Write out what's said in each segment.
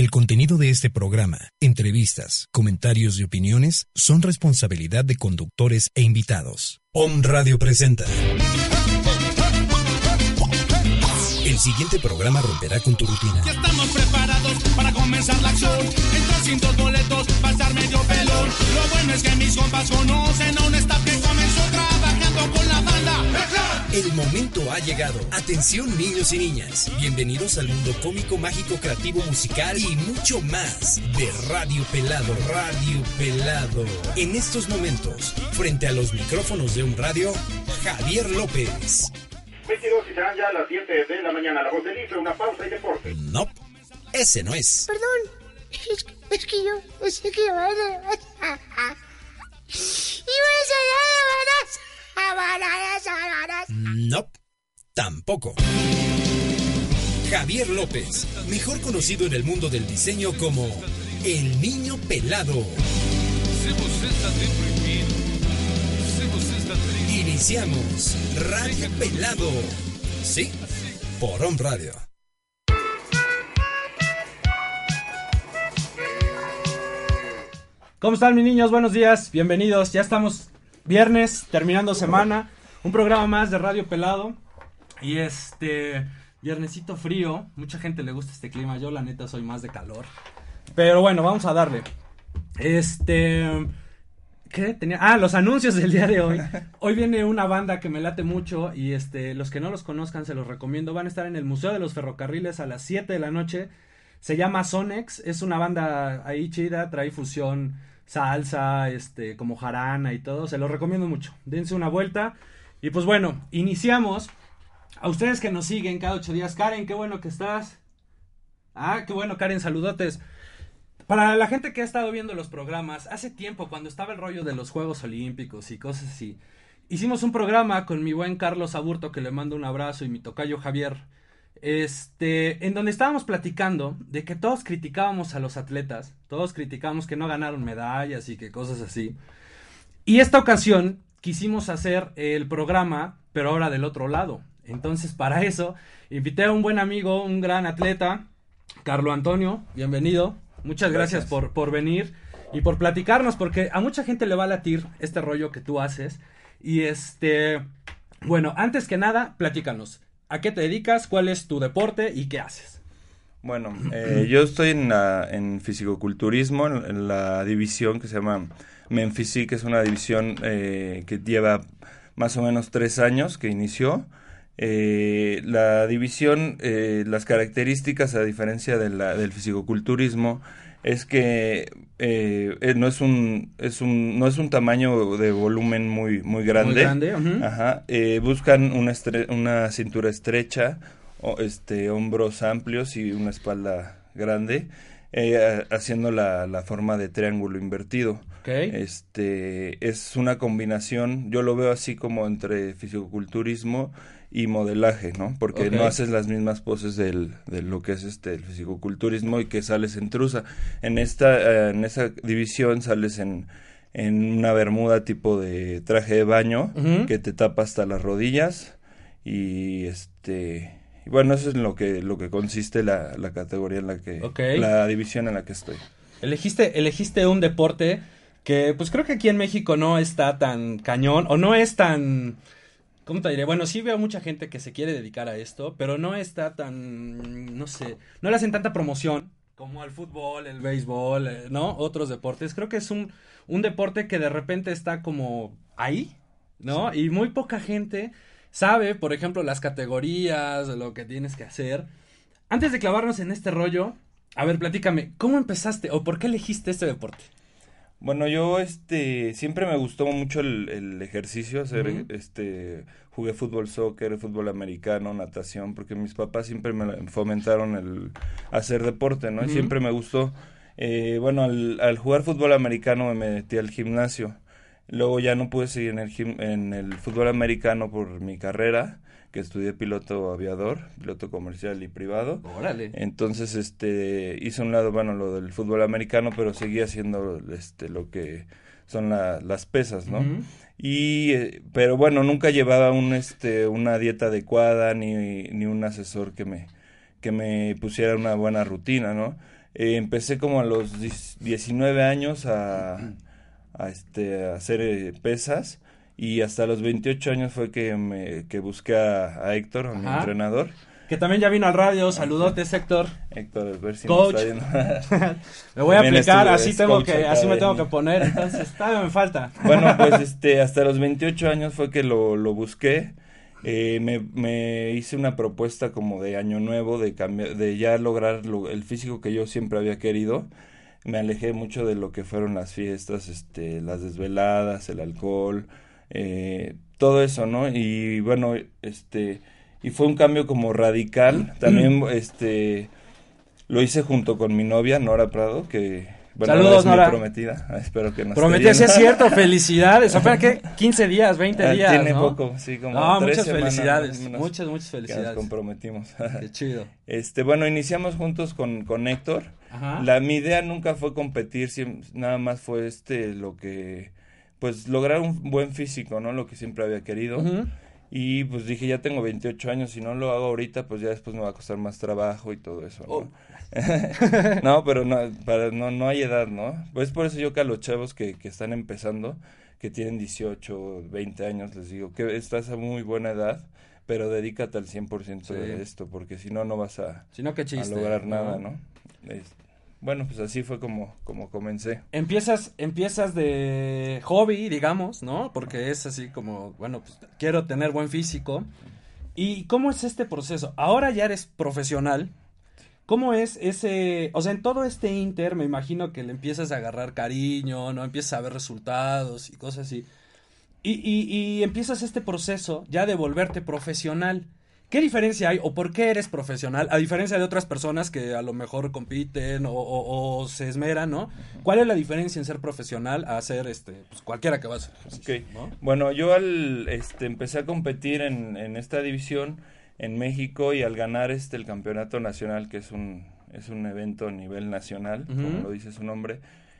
El contenido de este programa, entrevistas, comentarios y opiniones son responsabilidad de conductores e invitados. Om Radio presenta. El siguiente programa romperá con tu rutina. Ya estamos preparados para comenzar la acción. Entrar sin dos boletos, pasar medio pelón. Lo bueno es que mis compas conocen a un staff que comenzó trabajando con la banda. El momento ha llegado. Atención, niños y niñas. Bienvenidos al mundo cómico, mágico, creativo, musical y mucho más de Radio Pelado. Radio Pelado. En estos momentos, frente a los micrófonos de un radio, Javier López. 22 y serán ya las 7 de la mañana. La voz del IFE, una pausa y deporte. No, ese no es. Perdón, es que yo pensé que iba a No, tampoco. Javier López, mejor conocido en el mundo del diseño como El Niño Pelado. Se você está deprimido, se você está triste. Iniciamos Radio Pelado. Sí, por Om Radio. ¿Cómo están mis niños? Buenos días, bienvenidos. Ya estamos viernes, terminando semana. Un programa más de Radio Pelado. Y viernesito frío. Mucha gente le gusta este clima. Yo la neta soy más de calor. Pero bueno, vamos a darle. ¿Qué tenía? Los anuncios del día de hoy. Hoy viene una banda que me late mucho. Y los que no los conozcan se los recomiendo. Van a estar en el Museo de los Ferrocarriles a las 7 de la noche. Se llama Sonex. Es una banda ahí chida. Trae fusión, salsa, como jarana y todo. Se los recomiendo mucho. Dense una vuelta. Y pues bueno, iniciamos. A ustedes que nos siguen cada 8 días. Karen, qué bueno que estás. Qué bueno, Karen, saludotes. Para la gente que ha estado viendo los programas, hace tiempo, cuando estaba el rollo de los Juegos Olímpicos y cosas así, hicimos un programa con mi buen Carlos Aburto, que le mando un abrazo, y mi tocayo Javier, en donde estábamos platicando de que todos criticábamos a los atletas, todos criticábamos que no ganaron medallas y que cosas así. Y esta ocasión quisimos hacer el programa, pero ahora del otro lado. Entonces, para eso, invité a un buen amigo, un gran atleta, Carlo Antonio, bienvenido. Muchas gracias por venir y por platicarnos, porque a mucha gente le va a latir este rollo que tú haces. Y bueno, antes que nada, platícanos. ¿A qué te dedicas? ¿Cuál es tu deporte? ¿Y qué haces? Bueno, yo estoy en fisicoculturismo, en la división que se llama Menfisi, que es una división que lleva más o menos 3 años que inició. La división, las características, a diferencia del fisicoculturismo, es que no es un tamaño de volumen muy grande. Muy grande, uh-huh. Ajá. Buscan una cintura estrecha, hombros amplios y una espalda grande, haciendo la forma de triángulo invertido. Okay. Es una combinación, yo lo veo así como entre fisicoculturismo y modelaje, ¿no? Porque okay, no haces las mismas poses de lo que es el fisicoculturismo y que sales en trusa. En esa división sales en una bermuda tipo de traje de baño, uh-huh, que te tapa hasta las rodillas y y bueno, eso es lo que consiste la categoría en la que, okay, la división en la que estoy. Elegiste un deporte que pues creo que aquí en México no está tan cañón, o no es tan, ¿cómo te diré? Bueno, sí veo mucha gente que se quiere dedicar a esto, pero no está tan, no sé, no le hacen tanta promoción como al fútbol, el béisbol, ¿no? Otros deportes. Creo que es un deporte que de repente está como ahí, ¿no? Sí. Y muy poca gente sabe, por ejemplo, las categorías, lo que tienes que hacer. Antes de clavarnos en este rollo, a ver, platícame, ¿cómo empezaste o por qué elegiste este deporte? Bueno, yo siempre me gustó mucho el ejercicio, hacer uh-huh, jugué fútbol, soccer, fútbol americano, natación, porque mis papás siempre me fomentaron el hacer deporte, ¿no? Uh-huh. Y siempre me gustó. Bueno, al jugar fútbol americano me metí al gimnasio. Luego ya no pude seguir en el fútbol americano por mi carrera, que estudié piloto aviador, piloto comercial y privado. ¡Órale! Entonces, hice un lado, bueno, lo del fútbol americano, pero seguía haciendo, lo que son las pesas, ¿no? Uh-huh. Pero bueno, nunca llevaba una dieta adecuada, ni un asesor que me pusiera una buena rutina, ¿no? Empecé como a los 19 años a hacer pesas, y hasta los 28 años fue que busqué a Héctor, a mi entrenador. Que también ya vino al radio, saludotes Héctor. Héctor, a ver si coach. me está viendo. Me voy a aplicar, así me tengo que mí. poner, entonces todavía me falta. Bueno, pues hasta los 28 años fue que lo busqué. Me hice una propuesta como de año nuevo, de cambiar, de ya lograr el físico que yo siempre había querido. Me alejé mucho de lo que fueron las fiestas, las desveladas, el alcohol, todo eso, ¿no? Y bueno, y fue un cambio como radical. También, lo hice junto con mi novia, Nora Prado, que, bueno, saludos, es Nora. Mi prometida. Espero que nos Prometida, sí es cierto, felicidades. Apenas que 15 días, 20 días, tiene ¿no? poco, sí, como no, 3 muchas semanas, felicidades, ¿no? muchas Que felicidades. nos comprometimos. Qué chido. Bueno, iniciamos juntos con Héctor. Ajá. Mi idea nunca fue competir, nada más fue lo que, pues, lograr un buen físico, ¿no? Lo que siempre había querido. Uh-huh. Y pues dije, ya tengo 28 años, si no lo hago ahorita, pues ya después me va a costar más trabajo y todo eso, ¿no? No, pero no hay edad, ¿no? Pues por eso yo que a los chavos que están empezando, que tienen 18, 20 años, les digo que estás a muy buena edad, pero dedícate al 100% de esto, porque si no vas a lograr nada, ¿no? Bueno, pues así fue como comencé. Empiezas de hobby, digamos, ¿no? Porque es así como, bueno, pues quiero tener buen físico. ¿Y cómo es este proceso? Ahora ya eres profesional. ¿Cómo es ese, o sea, en todo este inter me imagino que le empiezas a agarrar cariño, ¿no? Empiezas a ver resultados y cosas así. Y empiezas este proceso ya de volverte profesional. ¿Qué diferencia hay o por qué eres profesional? A diferencia de otras personas que a lo mejor compiten o se esmeran, ¿no? ¿Cuál es la diferencia en ser profesional a ser pues cualquiera que va a hacer ejercicio, ¿no? Bueno, yo empecé a competir en esta división en México, y al ganar el campeonato nacional, que es un evento a nivel nacional, Uh-huh. como lo dice su nombre,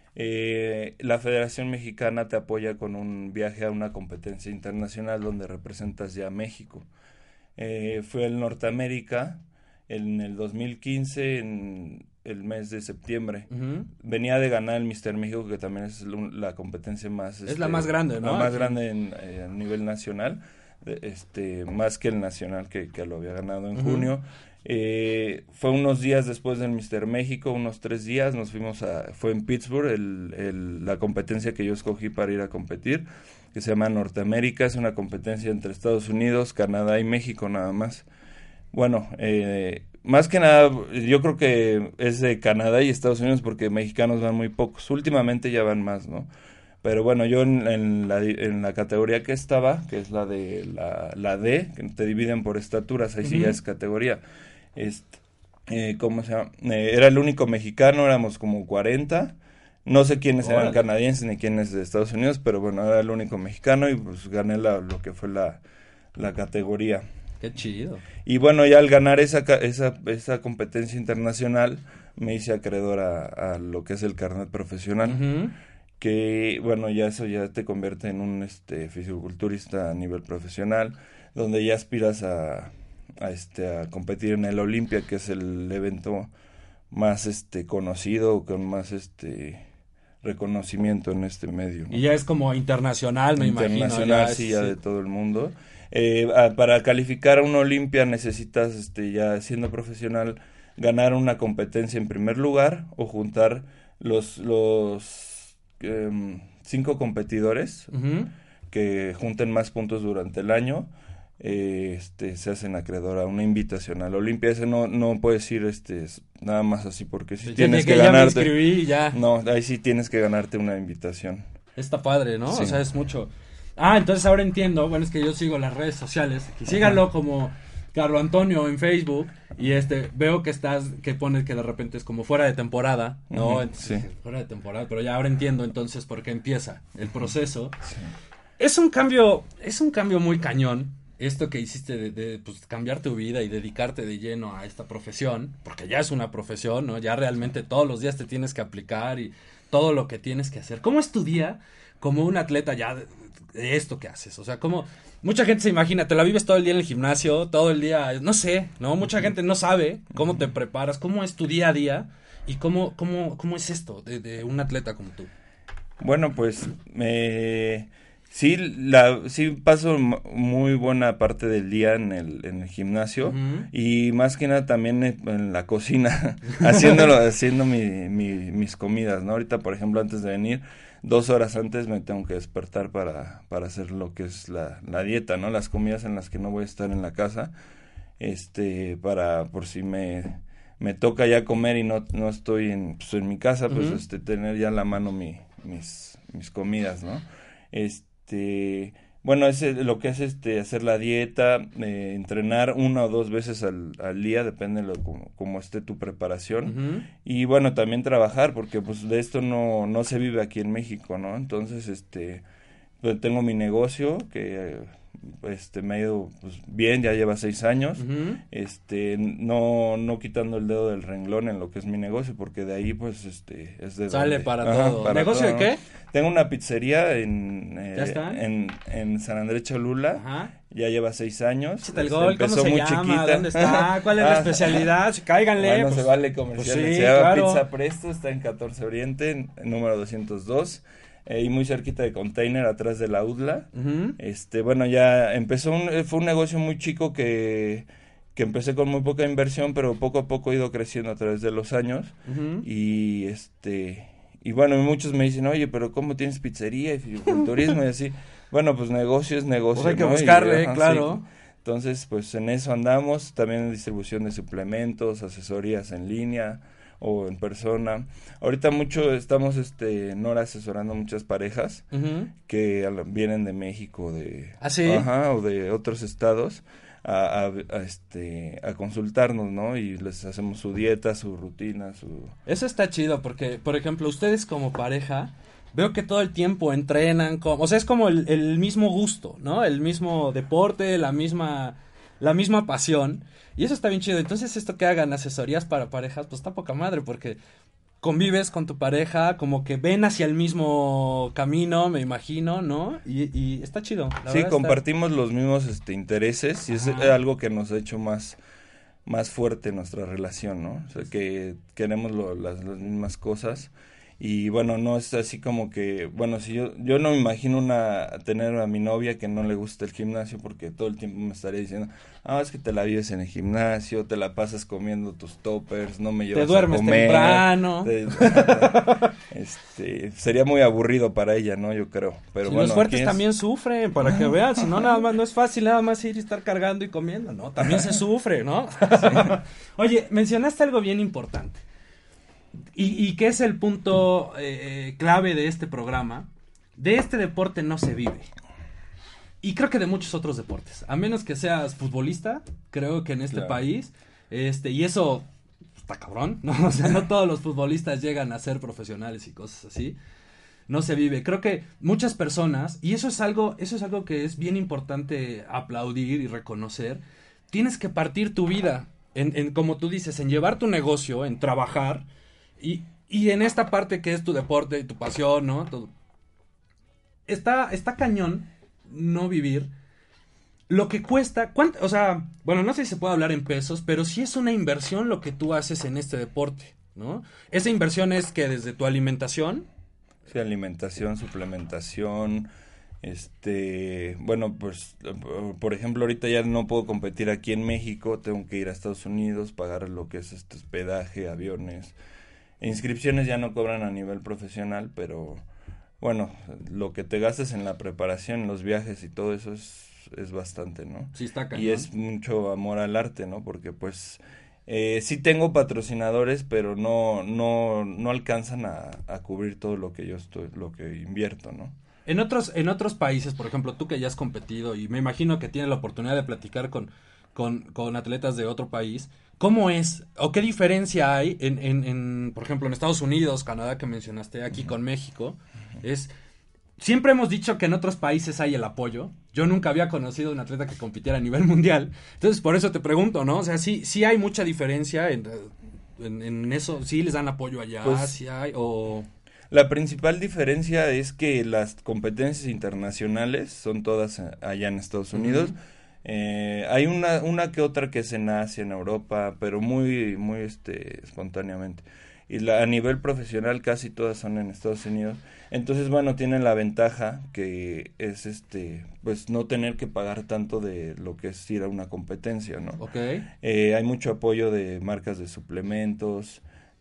la Federación Mexicana te apoya con un viaje a una competencia internacional donde representas ya a México. Fue en Norteamérica en el 2015, en el mes de septiembre. Uh-huh. Venía de ganar el Mr. México, que también es la competencia más... Es la más grande, ¿no? La más grande a nivel nacional, más que el nacional que lo había ganado en junio. Fue unos días después del Mr. México, unos 3 días, fue en Pittsburgh la competencia que yo escogí para ir a competir, que se llama Norteamérica. Es una competencia entre Estados Unidos, Canadá y México nada más. Bueno, más que nada yo creo que es de Canadá y Estados Unidos, porque mexicanos van muy pocos. Últimamente ya van más, ¿no? Pero bueno, yo en la categoría que estaba, que es la de la D, que te dividen por estaturas, ahí sí ya es categoría. ¿Cómo se llama? Era el único mexicano, éramos como 40. No sé quiénes eran canadienses ni quiénes de Estados Unidos, pero bueno, era el único mexicano y pues gané lo que fue la categoría. Qué chido. Y bueno, ya al ganar esa competencia internacional, me hice acreedor a lo que es el carnet profesional. Uh-huh. Que bueno, eso ya te convierte en un fisiculturista a nivel profesional, donde ya aspiras a competir en el Olimpia, que es el evento más conocido, con más reconocimiento en este medio, ¿no? Y ya es como internacional, me imagino. Internacional, sí, ya de todo el mundo. Para calificar a una Olimpia necesitas, ya siendo profesional, ganar una competencia en primer lugar, o juntar los 5 competidores Uh-huh. que junten más puntos durante el año. Se hacen acreedor a una invitación a la Olimpia. Ese no puedes ir nada más así, porque si tienes que ganarte. Ya me inscribí, ya. No, ahí sí tienes que ganarte una invitación. Está padre, ¿no? Sí. O sea, es mucho. Entonces ahora entiendo. Bueno, es que yo sigo las redes sociales. Que síganlo como Carlo Antonio en Facebook. Y veo que pones que de repente es como fuera de temporada, ¿no? Uh-huh, Entonces, sí. fuera de temporada. Pero ya ahora entiendo entonces por qué empieza el proceso. Sí. Es un cambio muy cañón. Esto que hiciste de pues, cambiar tu vida y dedicarte de lleno a esta profesión, porque ya es una profesión, ¿no? Ya realmente todos los días te tienes que aplicar y todo lo que tienes que hacer. ¿Cómo es tu día como un atleta ya de esto que haces? O sea, como mucha gente se imagina, te la vives todo el día en el gimnasio, todo el día, no sé, ¿no? Mucha gente no sabe cómo te preparas, cómo es tu día a día ¿Y cómo es esto de un atleta como tú? Bueno, pues sí paso muy buena parte del día en el gimnasio, Uh-huh. y más que nada también en la cocina, haciendo mis comidas, ¿no? Ahorita, por ejemplo, antes de venir, 2 horas antes me tengo que despertar para hacer lo que es la dieta, ¿no? Las comidas en las que no voy a estar en la casa, por si me toca ya comer y no estoy en mi casa, pues Uh-huh. tener ya a la mano mis comidas, ¿no? Bueno, lo que es hacer la dieta, entrenar 1 o 2 veces al día, depende de cómo esté tu preparación. Uh-huh. Y bueno, también trabajar, porque pues de esto no se vive aquí en México, ¿no? Entonces, pues, tengo mi negocio que me ha ido pues bien, ya lleva 6 años. Uh-huh. No quitando el dedo del renglón en lo que es mi negocio, porque de ahí pues es de Sale donde, para ajá, todo. para ¿Negocio todo, de qué? ¿no? Tengo una pizzería ¿Ya está? en San Andrés Cholula. Ajá. Ya lleva 6 años. Échate el gol, ¿cómo empezó se muy llama? chiquita. ¿Dónde está? ¿Cuál es la especialidad? Cáiganle. Bueno, pues, se vale comercial. pues sí, se llama claro. Pizza Presto, está en 14 Oriente, número 202, y muy cerquita de Container, atrás de la UDLA. Uh-huh. Bueno, ya fue un negocio muy chico que empecé con muy poca inversión, pero poco a poco he ido creciendo a través de los años. Uh-huh. Y bueno, muchos me dicen, oye, pero ¿cómo tienes pizzería y fisiculturismo? Y así, bueno, pues negocio es negocio, Pues hay que ¿no? buscarle, Ajá, claro. sí. Entonces, pues en eso andamos, también en distribución de suplementos, asesorías en línea o en persona. Ahorita estamos Nora asesorando muchas parejas Uh-huh. que vienen de México, ¿Ah, sí? Ajá, o de otros estados a consultarnos, ¿no? Y les hacemos su dieta, su rutina, Eso está chido porque, por ejemplo, ustedes como pareja, veo que todo el tiempo entrenan, o sea, es como el mismo gusto, ¿no? El mismo deporte, la misma pasión, y eso está bien chido. Entonces, esto que hagan asesorías para parejas, pues está poca madre, porque convives con tu pareja, como que ven hacia el mismo camino, me imagino, ¿no? Y está chido. Sí, compartimos los mismos intereses, y es algo que nos ha hecho más fuerte nuestra relación, ¿no? O sea, que queremos las mismas cosas. Y bueno, no es así como que, bueno, si yo no me imagino tener a mi novia que no le gusta el gimnasio, porque todo el tiempo me estaría diciendo, es que te la vives en el gimnasio, te la pasas comiendo tus toppers, no me llevas a comer. Te duermes temprano. Sería muy aburrido para ella, ¿no? Yo creo. Pero si bueno, los fuertes también sufren, para que vean, si no, nada más, no es fácil nada más ir y estar cargando y comiendo, ¿no? También se sufre, ¿no? Sí. Oye, mencionaste algo bien importante. Y que es el punto clave de este programa. De este deporte no se vive. Y creo que de muchos otros deportes. A menos que seas futbolista, creo que en este país, y eso está cabrón, ¿no? O sea, no todos los futbolistas llegan a ser profesionales y cosas así. No se vive. Creo que muchas personas, y eso es algo que es bien importante aplaudir y reconocer. Tienes que partir tu vida en como tú dices, en llevar tu negocio, en trabajar. Y en esta parte que es tu deporte y tu pasión, ¿no? Todo. Está cañón no vivir lo que cuesta, o sea, bueno, no sé si se puede hablar en pesos, pero sí es una inversión lo que tú haces en este deporte, ¿no? Esa inversión es que desde tu alimentación. Sí, alimentación, suplementación, bueno, pues, por ejemplo, ahorita ya no puedo competir aquí en México, tengo que ir a Estados Unidos, pagar lo que es hospedaje, aviones. Inscripciones ya no cobran a nivel profesional, pero bueno, lo que te gastas en la preparación, los viajes y todo eso es bastante, ¿no? Sí, está cañón. Y es mucho amor al arte, ¿no? Porque pues sí tengo patrocinadores, pero no alcanzan a cubrir todo lo que lo que invierto, ¿no? En otros países, por ejemplo, tú que ya has competido y me imagino que tienes la oportunidad de platicar con atletas de otro país, ¿cómo es o qué diferencia hay por ejemplo, en Estados Unidos, Canadá que mencionaste, aquí con México? Siempre hemos dicho que en otros países hay el apoyo. Yo nunca había conocido un atleta que compitiera a nivel mundial. Entonces, por eso te pregunto, ¿no? O sea, sí hay mucha diferencia en eso. ¿Sí les dan apoyo allá? Pues, ¿sí hay? ¿O...? La principal diferencia es que las competencias internacionales son todas allá en Estados Unidos. Uh-huh. Hay una que otra que es en Asia, en Europa, pero muy espontáneamente. a nivel profesional casi todas son en Estados Unidos. Entonces, bueno, tienen la ventaja que es pues no tener que pagar tanto de lo que es ir a una competencia, ¿no? Okay. Hay mucho apoyo de marcas de suplementos,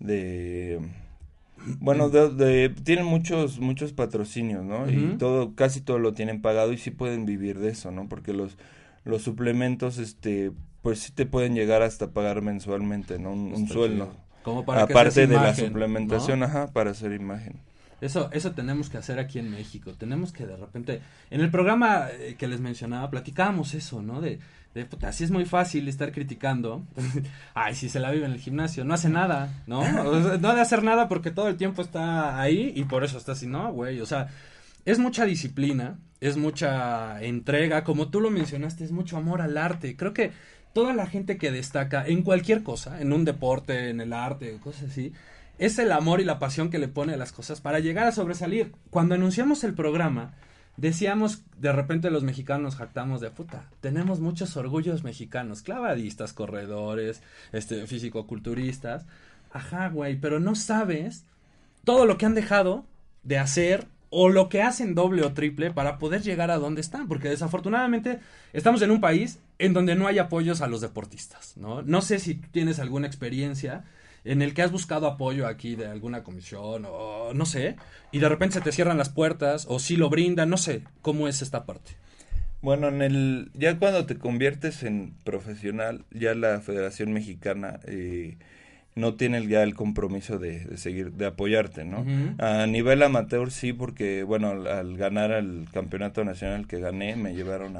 bueno, tienen muchos patrocinios, ¿no? Y casi todo lo tienen pagado y sí pueden vivir de eso, ¿no? Porque los suplementos, pues sí te pueden llegar hasta pagar mensualmente, ¿no? Un sueldo. Como para aparte de imagen, la suplementación, ¿no? Para hacer imagen. Eso tenemos que hacer aquí en México. Tenemos que de repente, en el programa que les mencionaba, platicábamos eso, ¿no? De puta, así es muy fácil estar criticando. Ay, si se la vive en el gimnasio, no hace nada, ¿no? No ha de hacer nada porque todo el tiempo está ahí y por eso está así, no, güey, o sea, es mucha disciplina, es mucha entrega, como tú lo mencionaste, es mucho amor al arte. Creo que toda la gente que destaca en cualquier cosa, en un deporte, en el arte, cosas así, es el amor y la pasión que le pone a las cosas para llegar a sobresalir. Cuando anunciamos el programa, decíamos, de repente los mexicanos nos jactamos de puta, tenemos muchos orgullos mexicanos, clavadistas, corredores, fisicoculturistas, ajá, güey, pero no sabes todo lo que han dejado de hacer o lo que hacen doble o triple para poder llegar a donde están, porque desafortunadamente estamos en un país en donde no hay apoyos a los deportistas, ¿no? No sé si tienes alguna experiencia en el que has buscado apoyo aquí de alguna comisión o no sé, y de repente se te cierran las puertas o sí lo brindan, no sé, ¿cómo es esta parte? Bueno, ya cuando te conviertes en profesional, ya la Federación Mexicana no tiene ya el compromiso de seguir, de apoyarte, ¿no? A nivel amateur sí, porque bueno, al ganar el campeonato nacional que gané, me llevaron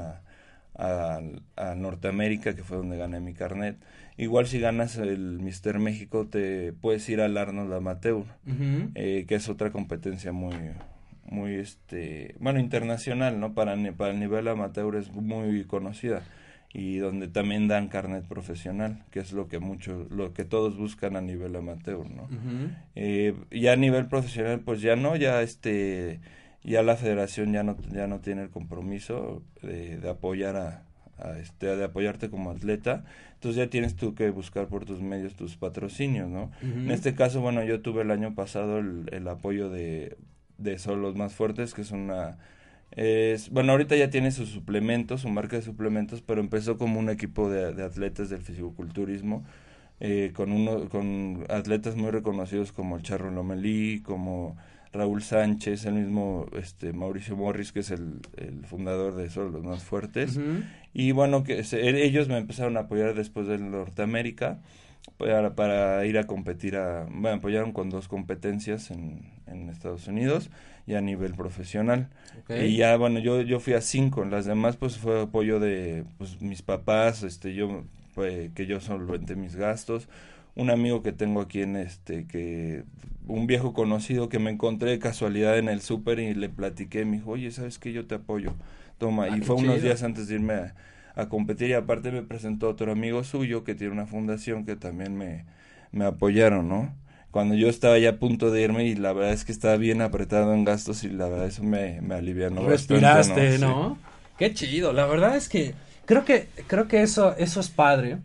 a Norteamérica, que fue donde gané mi carnet. Igual si ganas el Mister México, te puedes ir al Arnold Amateur, que es otra competencia muy bueno, internacional, ¿no? Para el nivel amateur es muy conocida, y donde también dan carnet profesional, que es lo que todos buscan a nivel amateur, ¿no? Ya a nivel profesional, pues ya no, ya la federación ya no tiene el compromiso de apoyar de apoyarte como atleta. Entonces ya tienes tú que buscar por tus medios tus patrocinios, ¿no? En este caso, bueno, yo tuve el año pasado el apoyo de Son los Más Fuertes, que es bueno, ahorita ya tiene sus suplementos, su marca de suplementos, pero empezó como un equipo de atletas del fisicoculturismo, con atletas muy reconocidos como el Charro Lomelí, como Raúl Sánchez, el mismo Mauricio Morris, que es el fundador de Son los Más Fuertes. Y bueno, ellos me empezaron a apoyar después del Norteamérica para ir a competir me apoyaron con 2 competencias en Estados Unidos y a nivel profesional. Y ya, bueno, yo fui a 5, las demás pues fue apoyo de pues mis papás, que yo solventé mis gastos. Un amigo que tengo aquí un viejo conocido que me encontré de casualidad en el súper y le platiqué, me dijo, oye, ¿sabes qué? Yo te apoyo, toma. Y fue unos días antes de irme a competir, y aparte me presentó otro amigo suyo que tiene una fundación que también me apoyaron, ¿no? Cuando yo estaba ya a punto de irme, y la verdad es que estaba bien apretado en gastos, y la verdad eso me alivianó. Respiraste, bastante, ¿no? Sí. Qué chido, la verdad es que creo que eso es padre.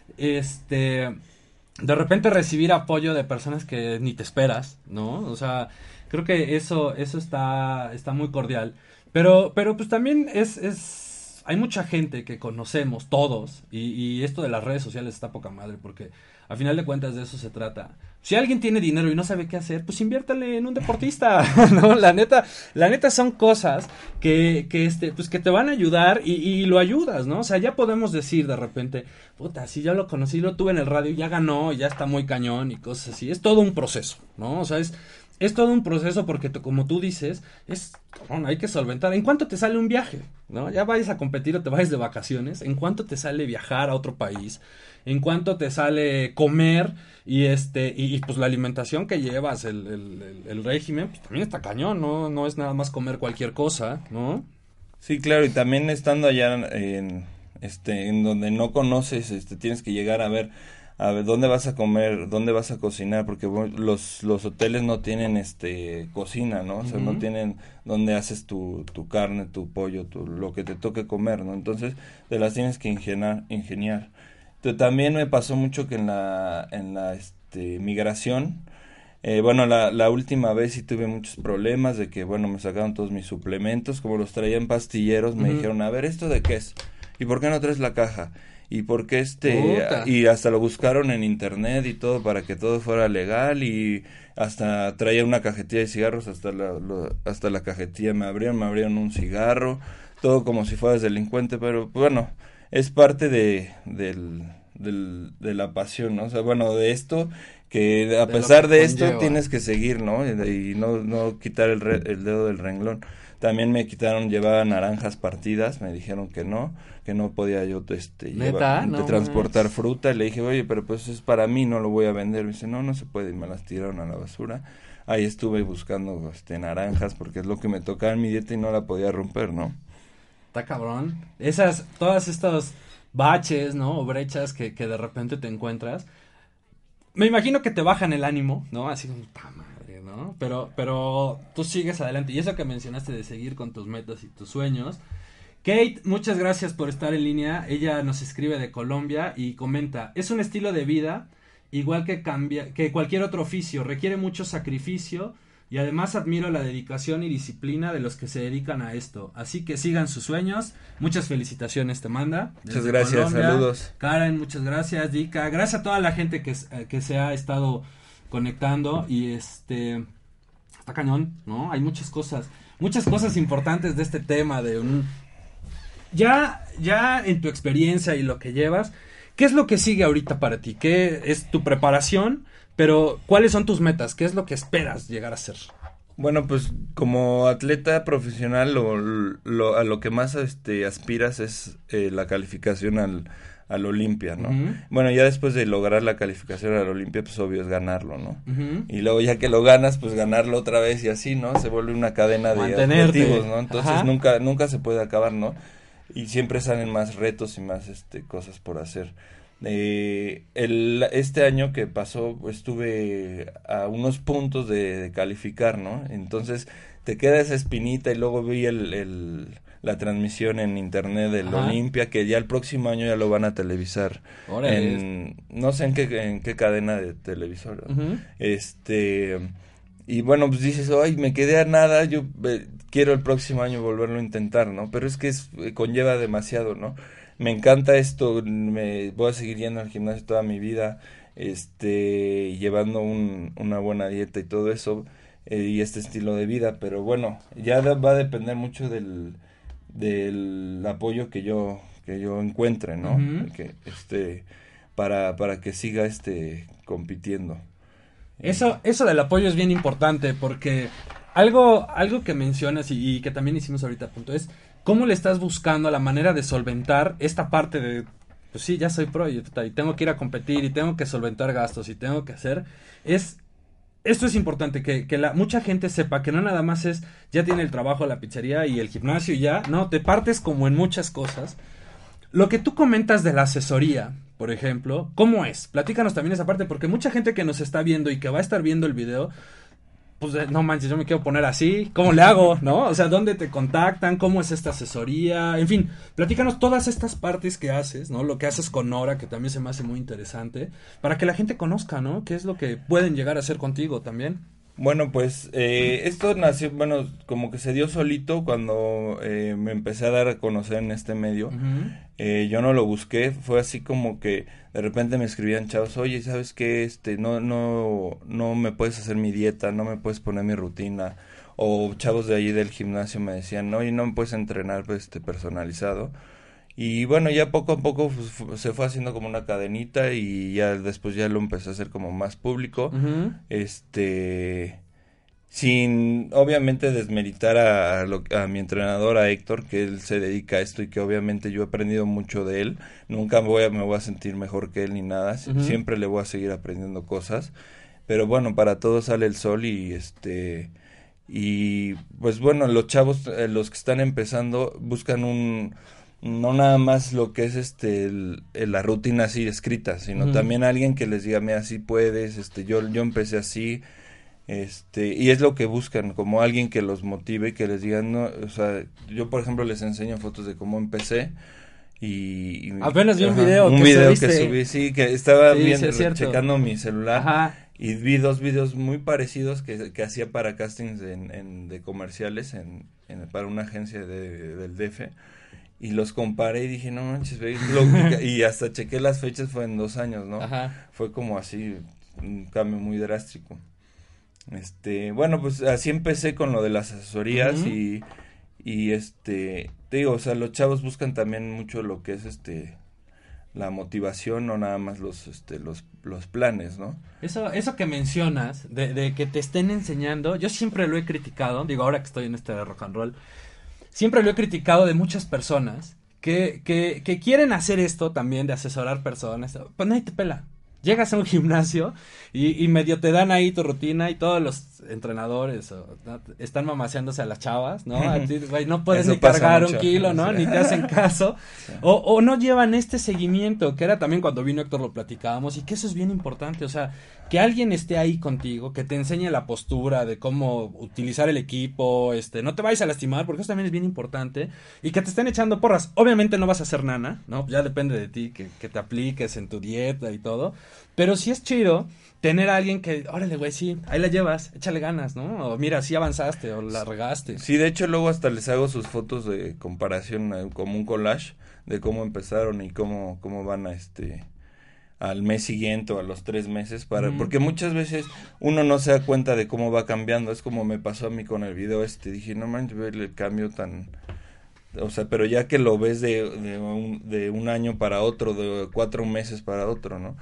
De repente recibir apoyo de personas que ni te esperas, ¿no? O sea, creo que eso está muy cordial. Pero pues también hay mucha gente que conocemos todos, y esto de las redes sociales está poca madre, porque a final de cuentas de eso se trata. Si alguien tiene dinero y no sabe qué hacer, pues inviértale en un deportista, ¿no? La neta son cosas que pues que te van a ayudar y lo ayudas, ¿no? O sea, ya podemos decir de repente, puta, si ya lo conocí, lo tuve en el radio, ya ganó, ya está muy cañón y cosas así. Es todo un proceso, ¿no? O sea, es todo un proceso, porque como tú dices, hay que solventar. ¿En cuánto te sale un viaje? ¿No? Ya vayas a competir o te vayas de vacaciones, ¿en cuánto te sale viajar a otro país? ¿En cuánto te sale comer? Y pues la alimentación que llevas, el régimen, pues también está cañón, ¿no? No es nada más comer cualquier cosa, ¿no? Sí, claro, y también estando allá en donde no conoces, tienes que llegar a ver dónde vas a comer, dónde vas a cocinar, porque los hoteles no tienen cocina, ¿no? O sea, no tienen donde haces tu carne, tu pollo, lo que te toque comer, ¿no? Entonces, te las tienes que ingeniar. Entonces, también me pasó mucho que en la migración, Bueno, la última vez sí tuve muchos problemas de que, bueno, me sacaron todos mis suplementos, como los traía en pastilleros, me dijeron, a ver, ¿esto de qué es? ¿Y por qué no traes la caja? ¿Y por qué Puta. Y hasta lo buscaron en internet y todo para que todo fuera legal y hasta traía una cajetilla de cigarros, hasta la cajetilla me abrieron un cigarro, todo como si fueras delincuente, pero bueno, es parte de la pasión, ¿no? O sea, bueno, de esto, que a pesar de esto conlleva. tienes que seguir, ¿no? Y no quitar el dedo del renglón. También me llevaba naranjas partidas, me dijeron que no podía yo ¿Neta? No transportar manches. fruta, y le dije, oye, pero pues es para mí, no lo voy a vender. Me dice, no se puede, y me las tiraron a la basura. Ahí estuve buscando naranjas, porque es lo que me tocaba en mi dieta y no la podía romper, ¿no? Está cabrón. Todas estos baches, ¿no? O brechas que de repente te encuentras. Me imagino que te bajan el ánimo, ¿no? Así como, ¡ta madre!, ¿no? Pero tú sigues adelante. Y eso que mencionaste de seguir con tus metas y tus sueños. Kate, muchas gracias por estar en línea. Ella nos escribe de Colombia y comenta, es un estilo de vida, igual que cualquier otro oficio, requiere mucho sacrificio y además admiro la dedicación y disciplina de los que se dedican a esto. Así que sigan sus sueños. Muchas felicitaciones te manda. Muchas gracias, saludos. Karen, muchas gracias. Dika, gracias a toda la gente que se ha estado conectando y está cañón, ¿no? Hay muchas cosas importantes de este tema de un... Ya en tu experiencia y lo que llevas, ¿qué es lo que sigue ahorita para ti? ¿Qué es tu preparación? Pero, ¿cuáles son tus metas? ¿Qué es lo que esperas llegar a ser? Bueno, pues como atleta profesional a lo que más aspiras es la calificación al Olimpia, ¿no? Uh-huh. Bueno, ya después de lograr la calificación al Olimpia, pues obvio es ganarlo, ¿no? Uh-huh. Y luego ya que lo ganas, pues ganarlo otra vez y así, ¿no? Se vuelve una cadena de Mantenerte. objetivos, ¿no? Entonces Ajá. nunca se puede acabar, ¿no? Y siempre salen más retos y más cosas por hacer. Este año que pasó estuve a unos puntos de calificar, ¿no? Entonces te queda esa espinita y luego vi la transmisión en internet del Ajá. Olimpia, que ya el próximo año ya lo van a televisar. Órale. No sé en qué cadena de televisor. Uh-huh. Y bueno, pues dices, ay, me quedé a nada, yo quiero el próximo año volverlo a intentar, ¿no? Pero es que conlleva demasiado, ¿no? Me encanta esto, me voy a seguir yendo al gimnasio toda mi vida, llevando una buena dieta y todo eso, y este estilo de vida, pero bueno, ya va a depender mucho del apoyo que yo encuentre, ¿no? Uh-huh. Para que siga compitiendo. Eso del apoyo es bien importante porque algo que mencionas y que también hicimos ahorita a punto es cómo le estás buscando la manera de solventar esta parte de, pues sí, ya soy pro y tengo que ir a competir y tengo que solventar gastos y tengo que hacer, esto es importante, que mucha gente sepa que no nada más ya tiene el trabajo, la pizzería y el gimnasio y ya, no, te partes como en muchas cosas. Lo que tú comentas de la asesoría, por ejemplo, ¿cómo es? Platícanos también esa parte, porque mucha gente que nos está viendo y que va a estar viendo el video, pues no manches, yo me quiero poner así, ¿cómo le hago? ¿No? O sea, ¿dónde te contactan? ¿Cómo es esta asesoría? En fin, platícanos todas estas partes que haces, ¿no? Lo que haces con Nora, que también se me hace muy interesante, para que la gente conozca, ¿no? ¿Qué es lo que pueden llegar a hacer contigo también? Bueno, pues esto nació, bueno, como que se dio solito cuando me empecé a dar a conocer en este medio. Uh-huh. Yo no lo busqué, fue así como que de repente me escribían chavos, oye, ¿sabes qué? No me puedes hacer mi dieta, no me puedes poner mi rutina. O chavos de allí del gimnasio me decían, oye, no me puedes entrenar personalizado. Y bueno, ya poco a poco se fue haciendo como una cadenita y ya después ya lo empecé a hacer como más público. Uh-huh. Sin obviamente desmeritar a mi entrenador, a Héctor, que él se dedica a esto y que obviamente yo he aprendido mucho de él. Nunca me voy a sentir mejor que él ni nada. Uh-huh. Siempre le voy a seguir aprendiendo cosas. Pero bueno, para todo sale el sol y pues bueno, los chavos, los que están empezando, buscan no nada más lo que es la rutina así escrita, sino Uh-huh. también alguien que les diga, mira, así puedes, yo empecé así, y es lo que buscan, como alguien que los motive, que les diga, no, o sea, yo por ejemplo les enseño fotos de cómo empecé y apenas vi un ajá, video que subí, sí, que estaba sí, viendo, sí, es cierto. checando mi celular. Ajá. y vi 2 videos muy parecidos que hacía para castings de comerciales para una agencia del DF, y los comparé y dije, no manches, y hasta chequé las fechas, fue en 2 años, ¿no? Ajá. Fue como así, un cambio muy drástico. Bueno, pues así empecé con lo de las asesorías, y te digo, o sea, los chavos buscan también mucho lo que es la motivación, no nada más los planes, ¿no? Eso que mencionas, de que te estén enseñando, yo siempre lo he criticado, digo, ahora que estoy en este rock and roll, siempre lo he criticado de muchas personas que quieren hacer esto también, de asesorar personas, pues nadie te pela. Llegas a un gimnasio y medio te dan ahí tu rutina y todos los entrenadores ¿no? están mamaseándose a las chavas, ¿no? A ti, güey, no puedes Eso ni cargar mucho. 1 kilo, ¿no? Ni te hacen caso. Sí. O no llevan este seguimiento, que era también cuando vino Héctor lo platicábamos, y que eso es bien importante, o sea, que alguien esté ahí contigo, que te enseñe la postura de cómo utilizar el equipo, no te vayas a lastimar, porque eso también es bien importante, y que te estén echando porras. Obviamente no vas a ser nana, ¿no? Ya depende de ti, que te apliques en tu dieta y todo, pero sí es chido tener a alguien que, órale, güey, sí, ahí la llevas, échale ganas, ¿no? O mira, sí avanzaste, o la regaste. Sí, de hecho luego hasta les hago sus fotos de comparación, como un collage de cómo empezaron y cómo van al mes siguiente o a los 3 meses, porque muchas veces uno no se da cuenta de cómo va cambiando. Es como me pasó a mí con el video dije, no manches, el cambio tan... O sea, pero ya que lo ves de un año para otro, de 4 meses para otro, ¿no?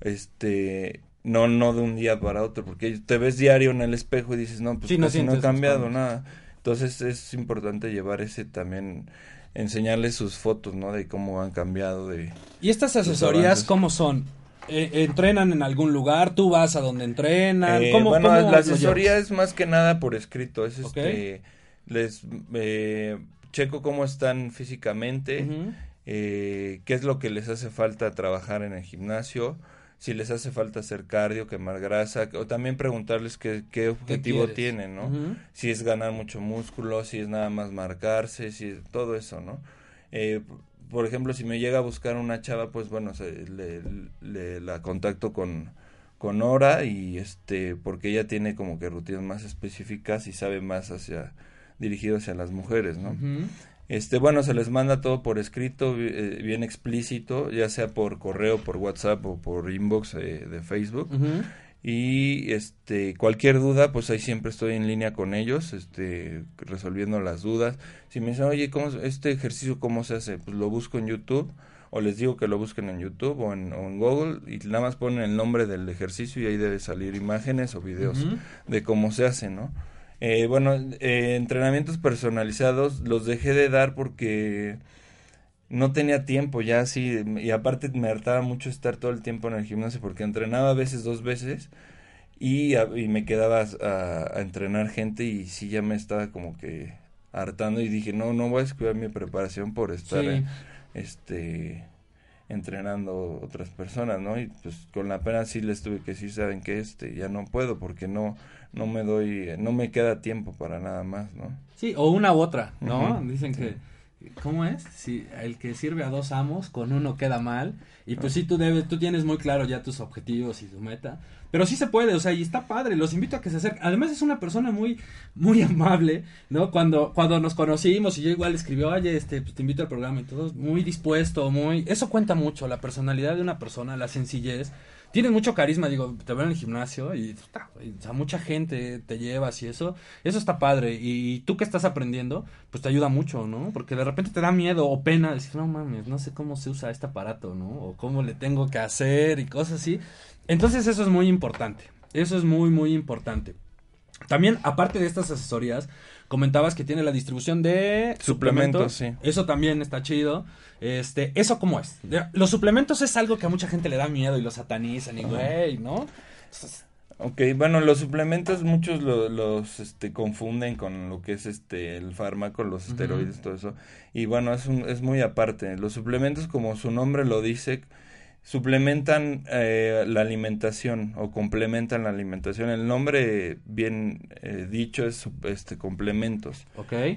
No de un día para otro, porque te ves diario en el espejo y dices, no, pues sí, casi no he cambiado nada. Entonces es importante llevar ese también, enseñarles sus fotos, ¿no? De cómo han cambiado. ¿Y estas asesorías cómo son? ¿Entrenan en algún lugar? ¿Tú vas a donde entrenan? ¿Cómo la asesoría es más que nada por escrito. Es okay. Les checo cómo están físicamente, qué es lo que les hace falta trabajar en el gimnasio, si les hace falta hacer cardio, quemar grasa, o también preguntarles qué objetivo tienen, ¿no? Si es ganar mucho músculo, si es nada más marcarse, si es todo eso, ¿no? Por ejemplo, si me llega a buscar una chava, pues bueno, la contacto con Nora, y porque ella tiene como que rutinas más específicas y sabe más dirigido hacia las mujeres, ¿no? Bueno, se les manda todo por escrito, bien explícito, ya sea por correo, por WhatsApp o por inbox de Facebook. Y cualquier duda, pues ahí siempre estoy en línea con ellos, resolviendo las dudas. Si me dicen, oye, este ejercicio cómo se hace, pues lo busco en YouTube, o les digo que lo busquen en YouTube o en Google, y nada más ponen el nombre del ejercicio y ahí debe salir imágenes o videos de cómo se hace, ¿no? Entrenamientos personalizados los dejé de dar porque no tenía tiempo ya así, y aparte me hartaba mucho estar todo el tiempo en el gimnasio, porque entrenaba a veces 2 veces y me quedaba a entrenar gente, y sí ya me estaba como que hartando, y dije, no voy a descuidar mi preparación por estar entrenando otras personas, ¿no? Y pues con la pena sí les tuve que decir, saben que ya no puedo, porque no me queda tiempo para nada más, ¿no? Sí, o una u otra, ¿no? Dicen que, ¿cómo es? Si el que sirve a 2 amos, con uno queda mal, y pues sí, tú tienes muy claro ya tus objetivos y tu meta, pero sí se puede, o sea, y está padre, los invito a que se acerquen. Además es una persona muy, muy amable, ¿no? Cuando nos conocimos y yo igual escribió, oye, pues te invito al programa y todo, muy dispuesto, eso cuenta mucho, la personalidad de una persona, la sencillez. Tienes mucho carisma, digo, te veo en el gimnasio y o sea, mucha gente te llevas y eso está padre, y tú que estás aprendiendo, pues te ayuda mucho, ¿no? Porque de repente te da miedo o pena decir, no mames, no sé cómo se usa este aparato, ¿no? O cómo le tengo que hacer y cosas así. Entonces eso es muy importante, eso es muy, muy importante. También, aparte de estas asesorías, comentabas que tiene la distribución de suplementos, sí. Eso también está chido. ¿Eso cómo es? Los suplementos es algo que a mucha gente le da miedo y lo satanizan y güey, ¿no? Ok, bueno, los suplementos muchos los confunden con lo que es el fármaco, los esteroides, todo eso. Y bueno, es muy aparte. Los suplementos, como su nombre lo dice, suplementan la alimentación o complementan la alimentación. El nombre bien dicho es complementos. Okay.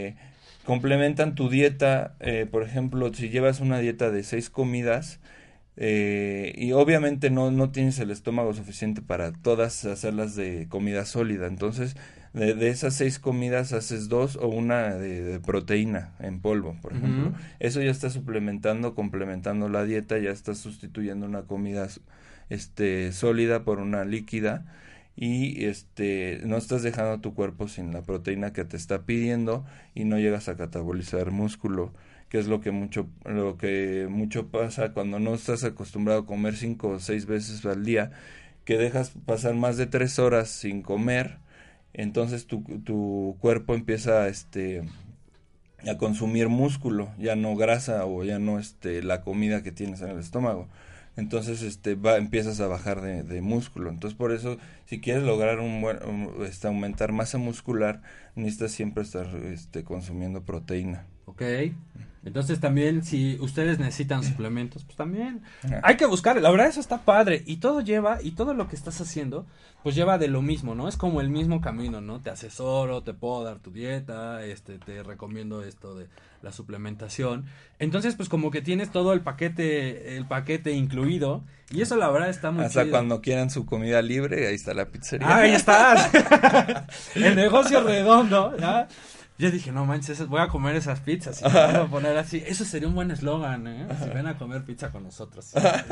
Complementan tu dieta. Por ejemplo, si llevas una dieta de 6 comidas y obviamente no tienes el estómago suficiente para todas hacerlas de comida sólida. Entonces, de esas 6 comidas haces 2 o una de proteína en polvo, por ejemplo. Eso ya está complementando la dieta, ya estás sustituyendo una comida sólida por una líquida, y no estás dejando a tu cuerpo sin la proteína que te está pidiendo, y no llegas a catabolizar músculo, que es lo que mucho pasa cuando no estás acostumbrado a comer 5 o 6 veces al día, que dejas pasar más de 3 horas sin comer. Entonces tu cuerpo empieza a consumir músculo, ya no grasa, o ya no la comida que tienes en el estómago. Entonces empiezas a bajar de músculo. Entonces, por eso, si quieres lograr aumentar masa muscular, necesitas siempre estar consumiendo proteína. Ok. Entonces también, si ustedes necesitan suplementos, pues también hay que buscar. La verdad, eso está padre. Y todo lo que estás haciendo, pues lleva de lo mismo, ¿no? Es como el mismo camino, ¿no? Te asesoro, te puedo dar tu dieta, te recomiendo esto de la suplementación. Entonces, pues como que tienes todo el paquete incluido. Y eso la verdad está muy chido. Hasta cuando quieran su comida libre, ahí está la pizzería. ¡Ah, ahí estás! El negocio redondo, ¿ya? Yo dije, no manches, voy a comer esas pizzas, y me voy a poner así. Eso sería un buen eslogan, ¿eh? Si ven a comer pizza con nosotros.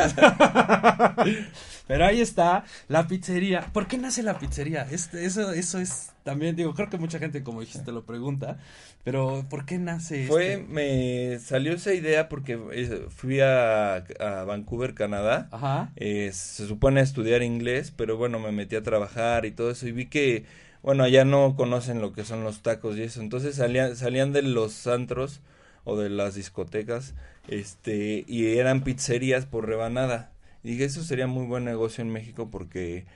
Pero ahí está la pizzería. ¿Por qué nace la pizzería? Eso es también, digo, creo que mucha gente, como dijiste, lo pregunta. Pero, ¿por qué nace me salió esa idea porque fui a Vancouver, Canadá. Ajá. Se supone a estudiar inglés, pero bueno, me metí a trabajar y todo eso, y vi que allá no conocen lo que son los tacos y eso. Entonces salían de los antros o de las discotecas, y eran pizzerías por rebanada. Y dije, eso sería muy buen negocio en México porque,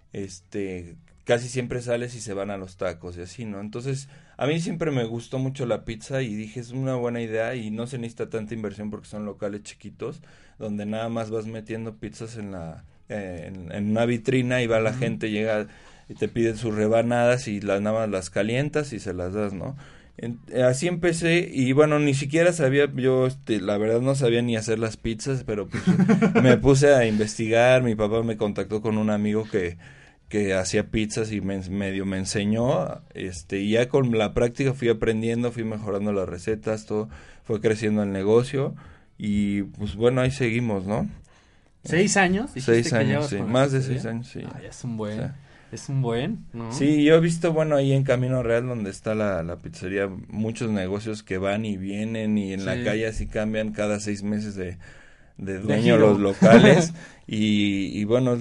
casi siempre sales y se van a los tacos y así, ¿no? Entonces, a mí siempre me gustó mucho la pizza y dije, es una buena idea y no se necesita tanta inversión porque son locales chiquitos donde nada más vas metiendo pizzas en una vitrina y va la gente, llega y te piden sus rebanadas y nada más las calientas y se las das, ¿no? Así empecé y bueno, ni siquiera sabía, yo la verdad no sabía ni hacer las pizzas, pero pues me puse a investigar. Mi papá me contactó con un amigo que hacía pizzas y medio me enseñó, y ya con la práctica fui aprendiendo, fui mejorando las recetas, todo fue creciendo el negocio y pues bueno, ahí seguimos, ¿no? 6 años. 6 años, sí, más de 6 años, sí. Ah, es un buen. O sea, es un buen, ¿no? Sí, yo he visto, ahí en Camino Real, donde está la pizzería, muchos negocios que van y vienen, y en la calle así cambian cada 6 meses de dueño los locales, y bueno, es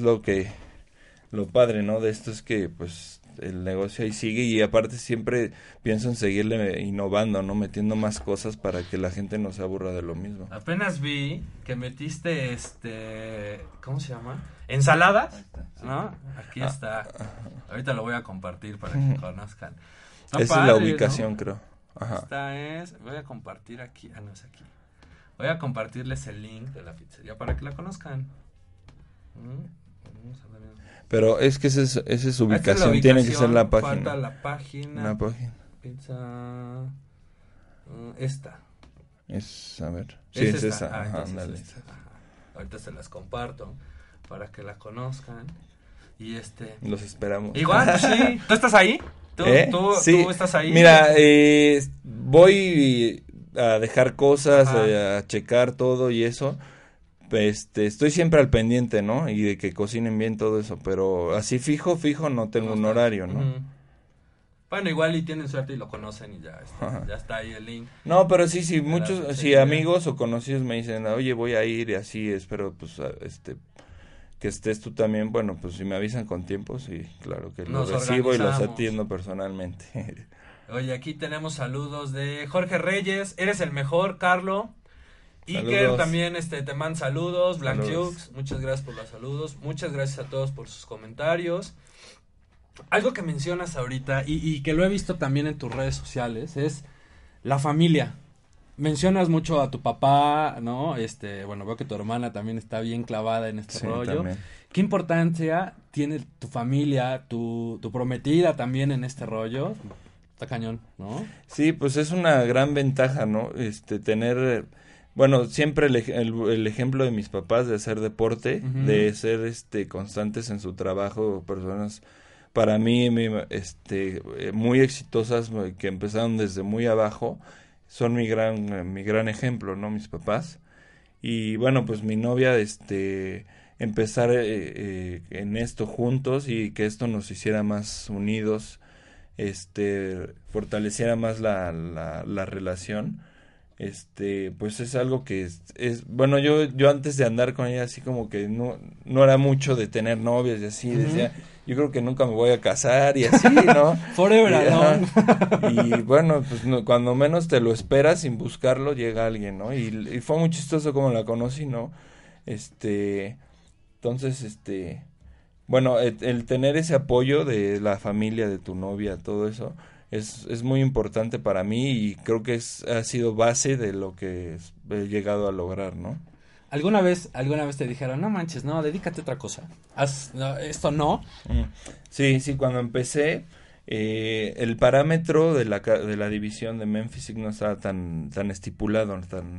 lo padre, ¿no? De esto es que, pues, el negocio ahí sigue, y aparte siempre pienso en seguirle innovando, ¿no? Metiendo más cosas para que la gente no se aburra de lo mismo. Apenas vi que metiste, ¿cómo se llama? Ensaladas, sí. ¿No? Aquí está. Ahorita lo voy a compartir para que conozcan. Esa es la ubicación, ¿no? Creo. Ajá. Esta es, voy a compartir aquí, no es aquí. Voy a compartirles el link de la pizzería para que la conozcan. Vamos a ver. Pero es que esa es su ubicación, tiene que ser la página. Falta la página. La página. Pizza. Esta. A ver. Sí, es esa. Ajá, dale. Ajá. Ahorita se las comparto para que la conozcan. Y los esperamos. Igual, pues, sí. ¿Tú estás ahí? Sí. ¿Tú estás ahí? Mira, voy a dejar cosas, a checar todo y eso. Estoy siempre al pendiente, ¿no? Y de que cocinen bien todo eso, pero así fijo no tengo un horario, ¿no? Bueno, igual y tienen suerte y lo conocen y ya está ahí el link. No, pero sí, muchos, amigos o conocidos me dicen, oye, voy a ir y así, espero, pues, que estés tú también. Bueno, pues si me avisan con tiempo, sí, claro que los recibo y los atiendo personalmente. Oye, aquí tenemos saludos de Jorge Reyes, eres el mejor, Carlo. Iker también te manda saludos, Blanc Jux, muchas gracias por los saludos, muchas gracias a todos por sus comentarios. Algo que mencionas ahorita y que lo he visto también en tus redes sociales es la familia. Mencionas mucho a tu papá, ¿no? Bueno, veo que tu hermana también está bien clavada en este rollo. También. ¿Qué importancia tiene tu familia, tu prometida también en este rollo? Está cañón, ¿no? Sí, pues es una gran ventaja, ¿no? Tener bueno, siempre el ejemplo de mis papás de hacer deporte, de ser constantes en su trabajo, personas para mí muy exitosas que empezaron desde muy abajo, son mi gran ejemplo, ¿no? Mis papás. Y bueno, pues mi novia empezar en esto juntos y que esto nos hiciera más unidos, fortaleciera más la relación. Pues es algo que es bueno, yo antes de andar con ella así como que no era mucho de tener novias y así, decía, yo creo que nunca me voy a casar y así, ¿no? Forever alone. Y bueno, pues cuando menos te lo esperas, sin buscarlo, llega alguien, ¿no? Y fue muy chistoso como la conocí, ¿no? Entonces, bueno, el tener ese apoyo de la familia, de tu novia, todo eso, es muy importante para mí y creo que ha sido base de lo que he llegado a lograr, ¿no? ¿Alguna vez te dijeron, no manches, no, dedícate a otra cosa? ¿Esto no? Sí, cuando empecé, el parámetro de la división de Memphis no estaba tan estipulado,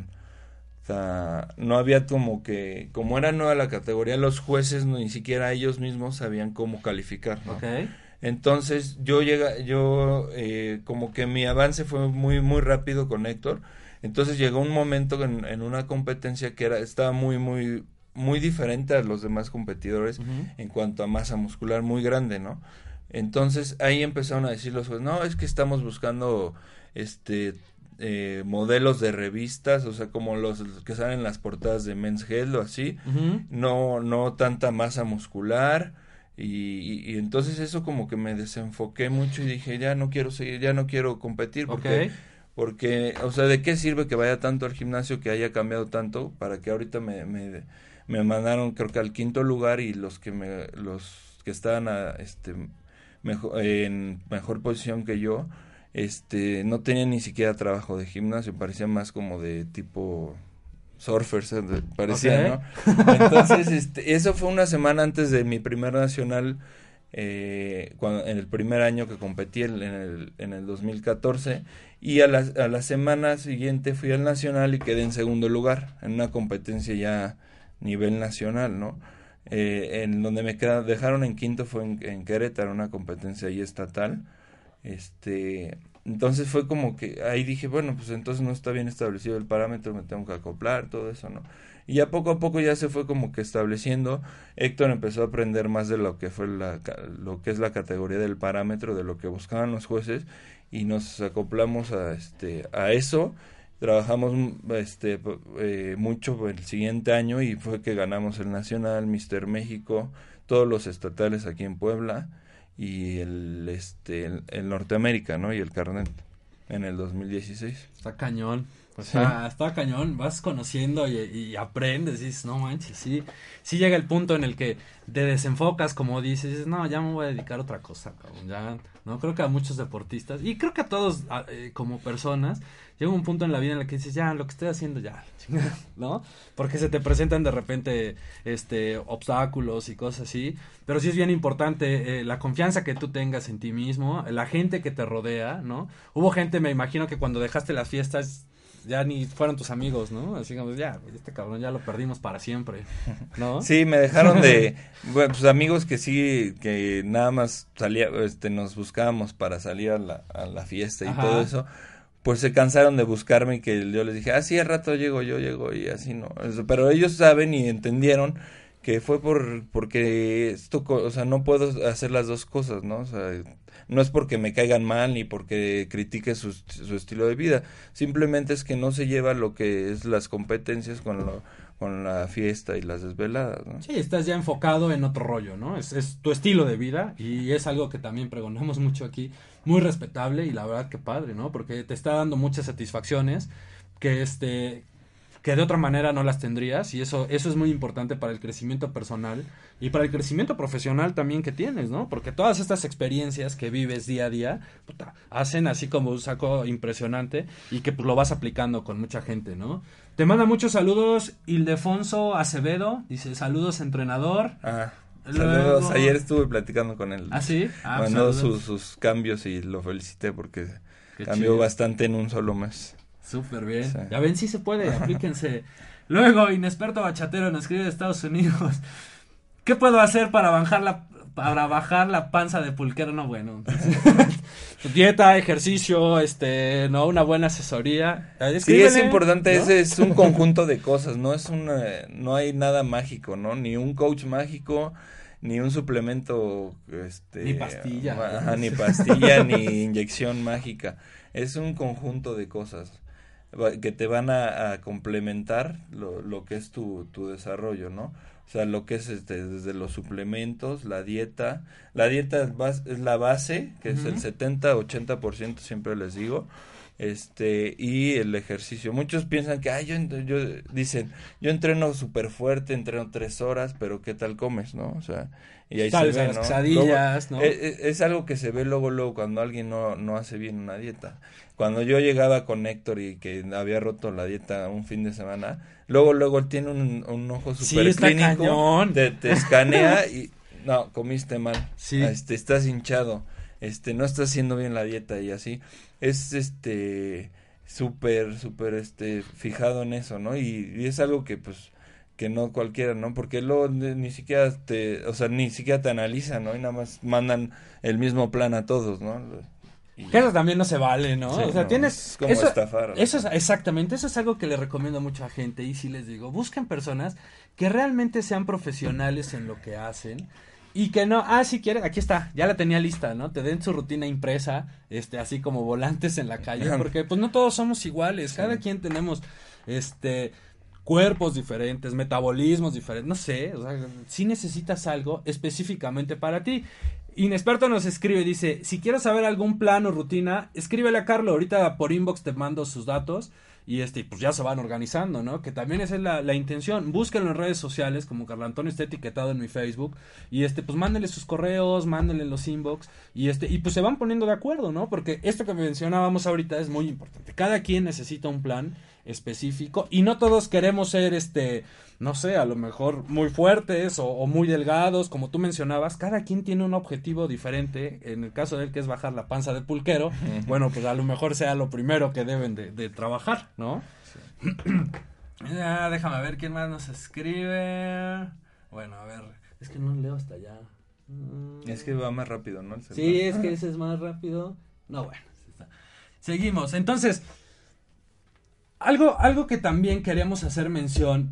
no había como era nueva la categoría, los jueces ni siquiera ellos mismos sabían cómo calificar, ¿no? Okay. Entonces como que mi avance fue muy muy rápido con Héctor. Entonces llegó un momento en una competencia que estaba muy muy muy diferente a los demás competidores en cuanto a masa muscular, muy grande, ¿no? Entonces ahí empezaron a decir los jueces, no, es que estamos buscando modelos de revistas, o sea, como los que salen en las portadas de Men's Health o así, no tanta masa muscular. Y entonces eso como que me desenfoqué mucho y dije, ya no quiero seguir, ya no quiero competir porque, o sea, ¿de qué sirve que vaya tanto al gimnasio, que haya cambiado tanto, para que ahorita me mandaron creo que al 5º lugar y los que estaban en mejor posición que yo, no tenían ni siquiera trabajo de gimnasio, parecía más como de tipo surfers, parecía, ¿no? Entonces, eso fue una semana antes de mi primer nacional, en el primer año que competí en el 2014, y a la semana siguiente fui al nacional y quedé en segundo lugar, en una competencia ya nivel nacional, ¿no? En donde me dejaron en quinto fue en Querétaro, una competencia ahí estatal. Entonces fue como que ahí dije, bueno, pues entonces no está bien establecido el parámetro, me tengo que acoplar, todo eso, ¿no? Y ya poco a poco ya se fue como que estableciendo. Héctor empezó a aprender más de lo que fue lo que es la categoría del parámetro, de lo que buscaban los jueces, y nos acoplamos a eso. Trabajamos mucho el siguiente año y fue que ganamos el nacional, Mister México, todos los estatales aquí en Puebla y el Norteamérica, ¿no? Y el Carnet en el 2016. Está cañón. Está cañón, vas conociendo y aprendes, y dices, no manches, sí llega el punto en el que te desenfocas, como dices, no, ya me voy a dedicar a otra cosa, cabrón, ya, no, creo que a muchos deportistas, y creo que a todos como personas, llega un punto en la vida en el que dices, ya, lo que estoy haciendo ya, ¿no? Porque se te presentan de repente, obstáculos y cosas así, pero sí es bien importante, la confianza que tú tengas en ti mismo, la gente que te rodea, ¿no? Hubo gente, me imagino que cuando dejaste las fiestas, ya ni fueron tus amigos, ¿no? Así como, ya, este cabrón ya lo perdimos para siempre, ¿no? Sí, me dejaron bueno, pues amigos que sí, que nada más nos buscábamos para salir a la fiesta y Ajá. todo eso, pues se cansaron de buscarme y que yo les dije, sí, al rato llego y así, ¿no? Pero ellos saben y entendieron que fue porque esto, o sea, no puedo hacer las dos cosas, ¿no? O sea, no es porque me caigan mal ni porque critique su estilo de vida, simplemente es que no se lleva lo que es las competencias con la fiesta y las desveladas, ¿no? Sí, estás ya enfocado en otro rollo, ¿no? Es tu estilo de vida y es algo que también pregonamos mucho aquí, muy respetable y la verdad que padre, ¿no? Porque te está dando muchas satisfacciones que de otra manera no las tendrías y eso es muy importante para el crecimiento personal y para el crecimiento profesional también que tienes, ¿no? Porque todas estas experiencias que vives día a día, hacen así como un saco impresionante y que pues lo vas aplicando con mucha gente, ¿no? Te manda muchos saludos Ildefonso Acevedo, dice saludos entrenador. Saludos, luego... ayer estuve platicando con él. ¿Ah, sí? Mandó sus cambios y lo felicité porque cambió bastante en un solo mes. Súper bien. Sí. Ya ven, sí se puede, aplíquense. Luego, Inexperto Bachatero nos escribe de Estados Unidos. ¿Qué puedo hacer para bajar la panza de pulquero? No, bueno. Dieta, ejercicio, no, una buena asesoría. Sí, es Escríbele, importante, ¿no? ese es un conjunto de cosas, no hay nada mágico, ¿no? Ni un coach mágico, ni un suplemento, Ni pastilla. Ajá, ni pastilla, ni inyección mágica. Es un conjunto de cosas que te van a complementar lo que es tu desarrollo, ¿no? O sea, lo que es desde los suplementos, la dieta es la base, que es el 70-80%, siempre les digo, y el ejercicio. Muchos piensan que, dicen, yo entreno súper fuerte, entreno 3 horas, pero ¿qué tal comes, no? O sea, y ahí Sales se ve, a las ¿no? quesadillas, Luego, ¿no? es algo que se ve luego cuando alguien no hace bien una dieta. Cuando yo llegaba con Héctor y que había roto la dieta un fin de semana, luego él tiene un ojo súper está clínico, cañón. te escanea y no, comiste mal, Sí. estás hinchado, no estás haciendo bien la dieta y así, es súper fijado en eso, ¿no? Y es algo que pues que no cualquiera, ¿no? Porque luego ni siquiera te analizan, ¿no? Y nada más mandan el mismo plan a todos, ¿no? Que eso también no se vale, ¿no? Sí, o sea, no, tienes... es como estafar. Eso es, exactamente, eso es algo que le recomiendo a mucha gente y sí les digo, busquen personas que realmente sean profesionales en lo que hacen y que no, si quieres, aquí está, ya la tenía lista, ¿no? Te den su rutina impresa, así como volantes en la calle, porque pues no todos somos iguales, cada quien tenemos, cuerpos diferentes, metabolismos diferentes, no sé, o sea, si necesitas algo específicamente para ti. Inexperto nos escribe, dice, si quieres saber algún plan o rutina, escríbele a Carlo, ahorita por inbox te mando sus datos y pues ya se van organizando, ¿no? Que también esa es la intención, búsquenlo en redes sociales, como Carlo Antonio está etiquetado en mi Facebook, y pues mándenle sus correos, mándenle los inbox, y pues se van poniendo de acuerdo, ¿no? Porque esto que mencionábamos ahorita es muy importante, cada quien necesita un plan específico, y no todos queremos ser, no sé, a lo mejor muy fuertes o muy delgados, como tú mencionabas, cada quien tiene un objetivo diferente, en el caso de él que es bajar la panza de pulquero, bueno, pues a lo mejor sea lo primero que deben de trabajar, ¿no? Sí. Déjame ver quién más nos escribe. Bueno, a ver, es que no leo hasta allá. Es que va más rápido, ¿no? Sí, es que ese es más rápido. No, bueno, seguimos, entonces... Algo que también queríamos hacer mención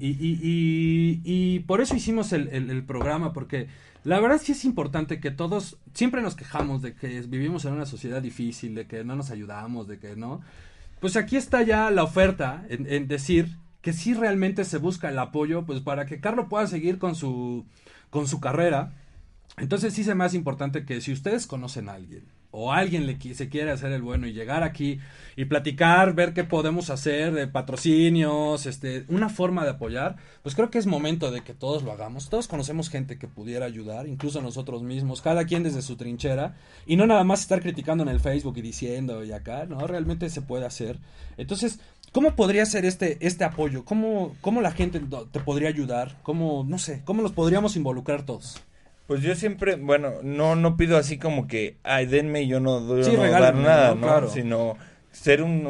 y por eso hicimos el programa, porque la verdad sí es importante que todos, siempre nos quejamos de que vivimos en una sociedad difícil, de que no nos ayudamos, de que no, pues aquí está ya la oferta en decir que sí realmente se busca el apoyo, pues para que Carlo pueda seguir con su carrera. Entonces sí es más importante que si ustedes conocen a alguien o alguien se quiere hacer el bueno y llegar aquí y platicar, ver qué podemos hacer de patrocinios, una forma de apoyar, pues creo que es momento de que todos lo hagamos. Todos conocemos gente que pudiera ayudar, incluso nosotros mismos, cada quien desde su trinchera, y no nada más estar criticando en el Facebook y diciendo y acá, no, realmente se puede hacer. Entonces, ¿cómo podría ser este apoyo? ¿Cómo la gente te podría ayudar? ¿Cómo, no sé, cómo los podríamos involucrar todos? Pues yo siempre, bueno, no pido así como que, denme y yo no doy Sí, dar nada, ¿no? Claro. Sino ser un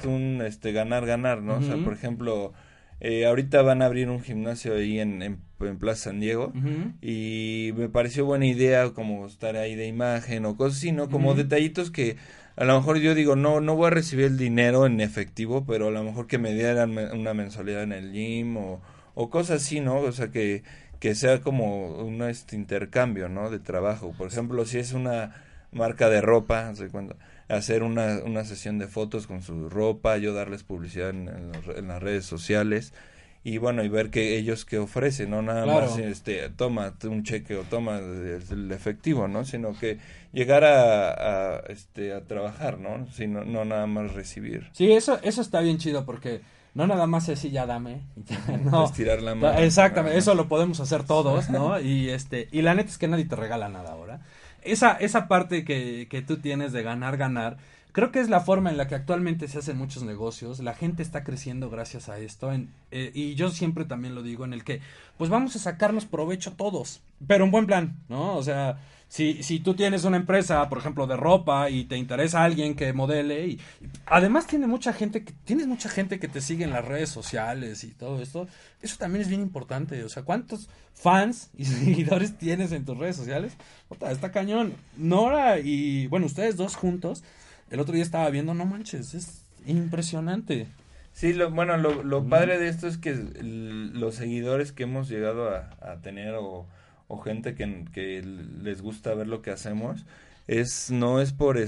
ganar, ¿no? O sea, por ejemplo, ahorita van a abrir un gimnasio ahí en Plaza San Diego, y me pareció buena idea como estar ahí de imagen o cosas así, ¿no? Como detallitos que a lo mejor yo digo, no voy a recibir el dinero en efectivo, pero a lo mejor que me dieran una mensualidad en el gym o cosas así, ¿no? O sea, que sea como un intercambio, ¿no? De trabajo. Por ejemplo, si es una marca de ropa, hacer una sesión de fotos con su ropa, yo darles publicidad en las redes sociales, y bueno, y ver que ellos qué ofrecen, no nada claro. más toma un cheque o toma el efectivo, ¿no? Sino que llegar a trabajar, ¿no? Sino no nada más recibir. Sí, eso está bien chido, porque no nada más es ya dame, no. Estirar la mano. Exactamente, eso lo podemos hacer todos, ¿no? Y la neta es que nadie te regala nada ahora. Esa parte que tú tienes de ganar, creo que es la forma en la que actualmente se hacen muchos negocios. La gente está creciendo gracias a esto, y yo siempre también lo digo, en el que pues vamos a sacarnos provecho todos, pero en buen plan, ¿no? O sea, si tú tienes una empresa, por ejemplo, de ropa y te interesa alguien que modele y además tienes mucha gente que te sigue en las redes sociales y todo esto, eso también es bien importante. O sea, ¿cuántos fans y seguidores tienes en tus redes sociales? Puta, está cañón. Nora y, bueno, ustedes dos juntos, el otro día estaba viendo, no manches, es impresionante. Sí, lo padre de esto es que los seguidores que hemos llegado a tener o gente que les gusta ver lo que hacemos, no es por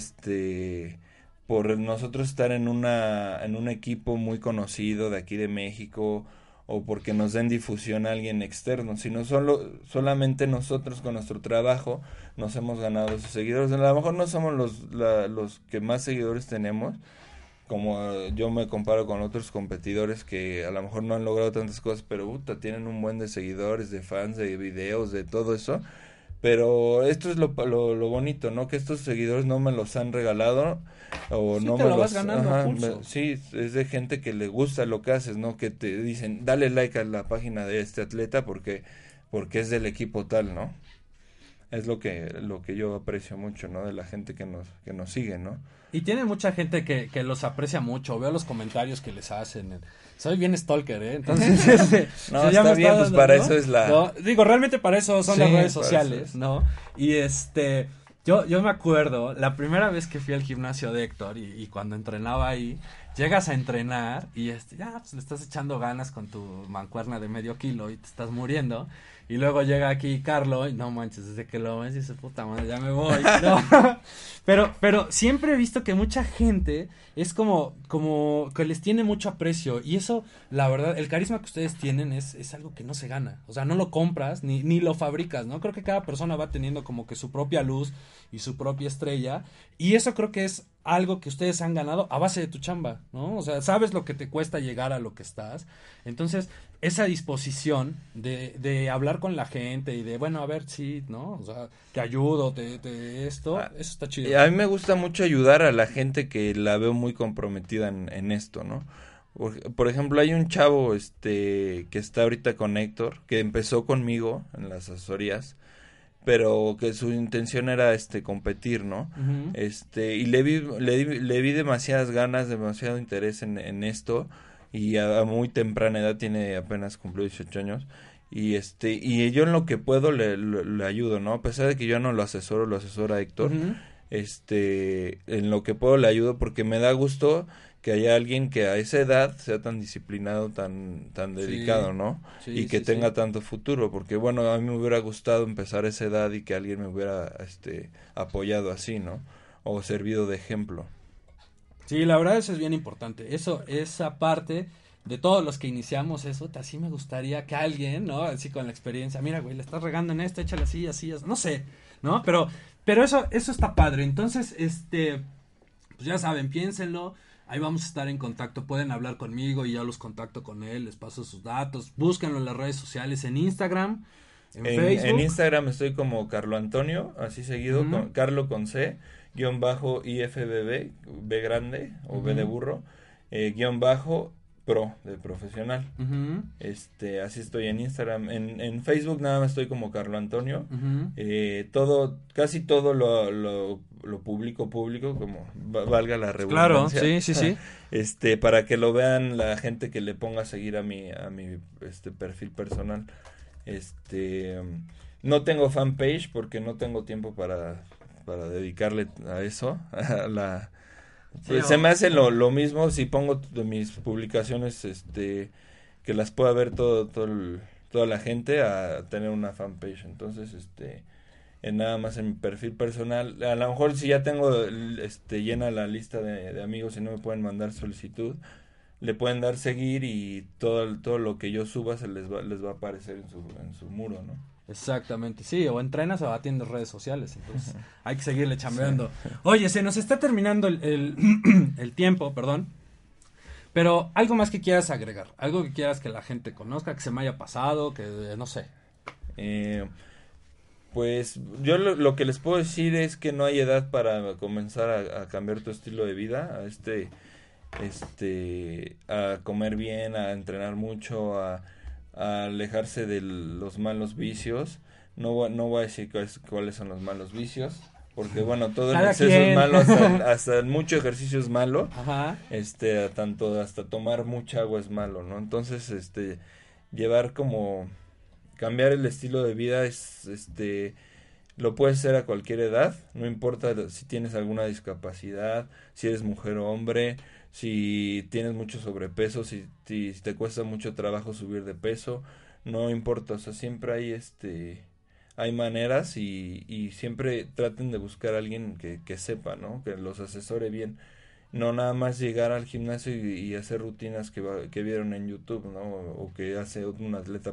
nosotros estar en un equipo muy conocido de aquí de México o porque nos den difusión a alguien externo, sino solamente nosotros con nuestro trabajo nos hemos ganado esos seguidores. A lo mejor no somos los que más seguidores tenemos, como yo me comparo con otros competidores que a lo mejor no han logrado tantas cosas, pero tienen un buen de seguidores, de fans, de videos, de todo eso. Pero esto es lo bonito, ¿no? Que estos seguidores no me los han regalado o sí, no te me lo los vas ganando a pulso. sí, es de gente que le gusta lo que haces, ¿no? Que te dicen, dale like a la página de este atleta porque es del equipo tal, ¿no? Es lo que yo aprecio mucho, ¿no? De la gente que nos sigue, ¿no? Y tiene mucha gente que los aprecia mucho. Veo los comentarios que les hacen. Soy bien stalker, ¿eh? Entonces, no, está bien, pues para eso es la... ¿no? Digo, realmente para eso son las redes sociales, eso. ¿no? Y yo me acuerdo, la primera vez que fui al gimnasio de Héctor y cuando entrenaba ahí, llegas a entrenar y pues le estás echando ganas con tu mancuerna de medio kilo y te estás muriendo. Y luego llega aquí Carlo y no manches, desde que lo ves dices, puta madre, ya me voy, ¿no? Pero siempre he visto que mucha gente es como que les tiene mucho aprecio y eso, la verdad, el carisma que ustedes tienen es algo que no se gana, o sea, no lo compras ni lo fabricas, ¿no? Creo que cada persona va teniendo como que su propia luz y su propia estrella y eso creo que es algo que ustedes han ganado a base de tu chamba, ¿no? O sea, sabes lo que te cuesta llegar a lo que estás, entonces esa disposición de hablar con la gente y de, bueno, a ver, sí, ¿no? O sea, te ayudo, eso está chido. A mí me gusta mucho ayudar a la gente que la veo muy comprometida en esto, ¿no? Por ejemplo, hay un chavo que está ahorita con Héctor, que empezó conmigo en las asesorías, pero que su intención era competir, ¿no? Uh-huh. Y le vi demasiadas ganas, demasiado interés en esto, y a muy temprana edad, tiene apenas cumplió 18 años, y yo en lo que puedo le ayudo, ¿no? A pesar de que yo no lo asesora Héctor, uh-huh. En lo que puedo le ayudo porque me da gusto que haya alguien que a esa edad sea tan disciplinado, tan dedicado, ¿no? Sí, y que tenga tanto futuro, porque bueno, a mí me hubiera gustado empezar a esa edad y que alguien me hubiera apoyado así, ¿no? O servido de ejemplo. Sí, la verdad eso es bien importante. Esa parte de todos los que iniciamos eso, así me gustaría que alguien, ¿no? Así con la experiencia, mira, güey, le estás regando en esto, échale así, no sé, ¿no? Pero eso está padre. Entonces, pues ya saben, piénsenlo. Ahí vamos a estar en contacto, pueden hablar conmigo y yo los contacto con él, les paso sus datos, búsquenlo en las redes sociales, en Instagram, en Facebook. En Instagram estoy como Carlo Antonio, así seguido, Uh-huh. con Carlo con C, _IFBB, B grande, o Uh-huh. B de burro, _ pro, de profesional. Uh-huh. Así estoy en Instagram. En Facebook nada más estoy como Carlo Antonio. Uh-huh. Casi todo lo público, como valga la redundancia. Claro, sí. Para que lo vean la gente que le ponga a seguir a mi perfil personal. No tengo fanpage porque no tengo tiempo para dedicarle a eso, pues se me hace lo mismo si pongo mis publicaciones que las pueda ver toda la gente a tener una fanpage. Entonces nada más en mi perfil personal, a lo mejor si ya tengo llena la lista de amigos y no me pueden mandar solicitud, le pueden dar seguir y todo lo que yo suba les va a aparecer en su muro, ¿no? Exactamente, sí, o entrenas o atiendes redes sociales, entonces hay que seguirle chambeando. Sí. Oye, se nos está terminando el tiempo, perdón, pero algo más que quieras agregar, algo que quieras que la gente conozca, que se me haya pasado, que no sé. Pues yo lo que les puedo decir es que no hay edad para comenzar a cambiar tu estilo de vida, a comer bien, a entrenar mucho, a alejarse de los malos vicios, no voy a decir cuáles son los malos vicios, porque bueno, todo Cada el exceso quien. es malo, hasta el mucho ejercicio es malo. Ajá. Tanto hasta tomar mucha agua es malo, ¿no? Entonces, llevar como cambiar el estilo de vida lo puedes hacer a cualquier edad, no importa si tienes alguna discapacidad, si eres mujer o hombre, si tienes mucho sobrepeso, si te cuesta mucho trabajo subir de peso, no importa, o sea, siempre hay maneras y siempre traten de buscar a alguien que sepa, ¿no? Que los asesore bien. No nada más llegar al gimnasio y hacer rutinas que vieron en YouTube, ¿no? O que hace un atleta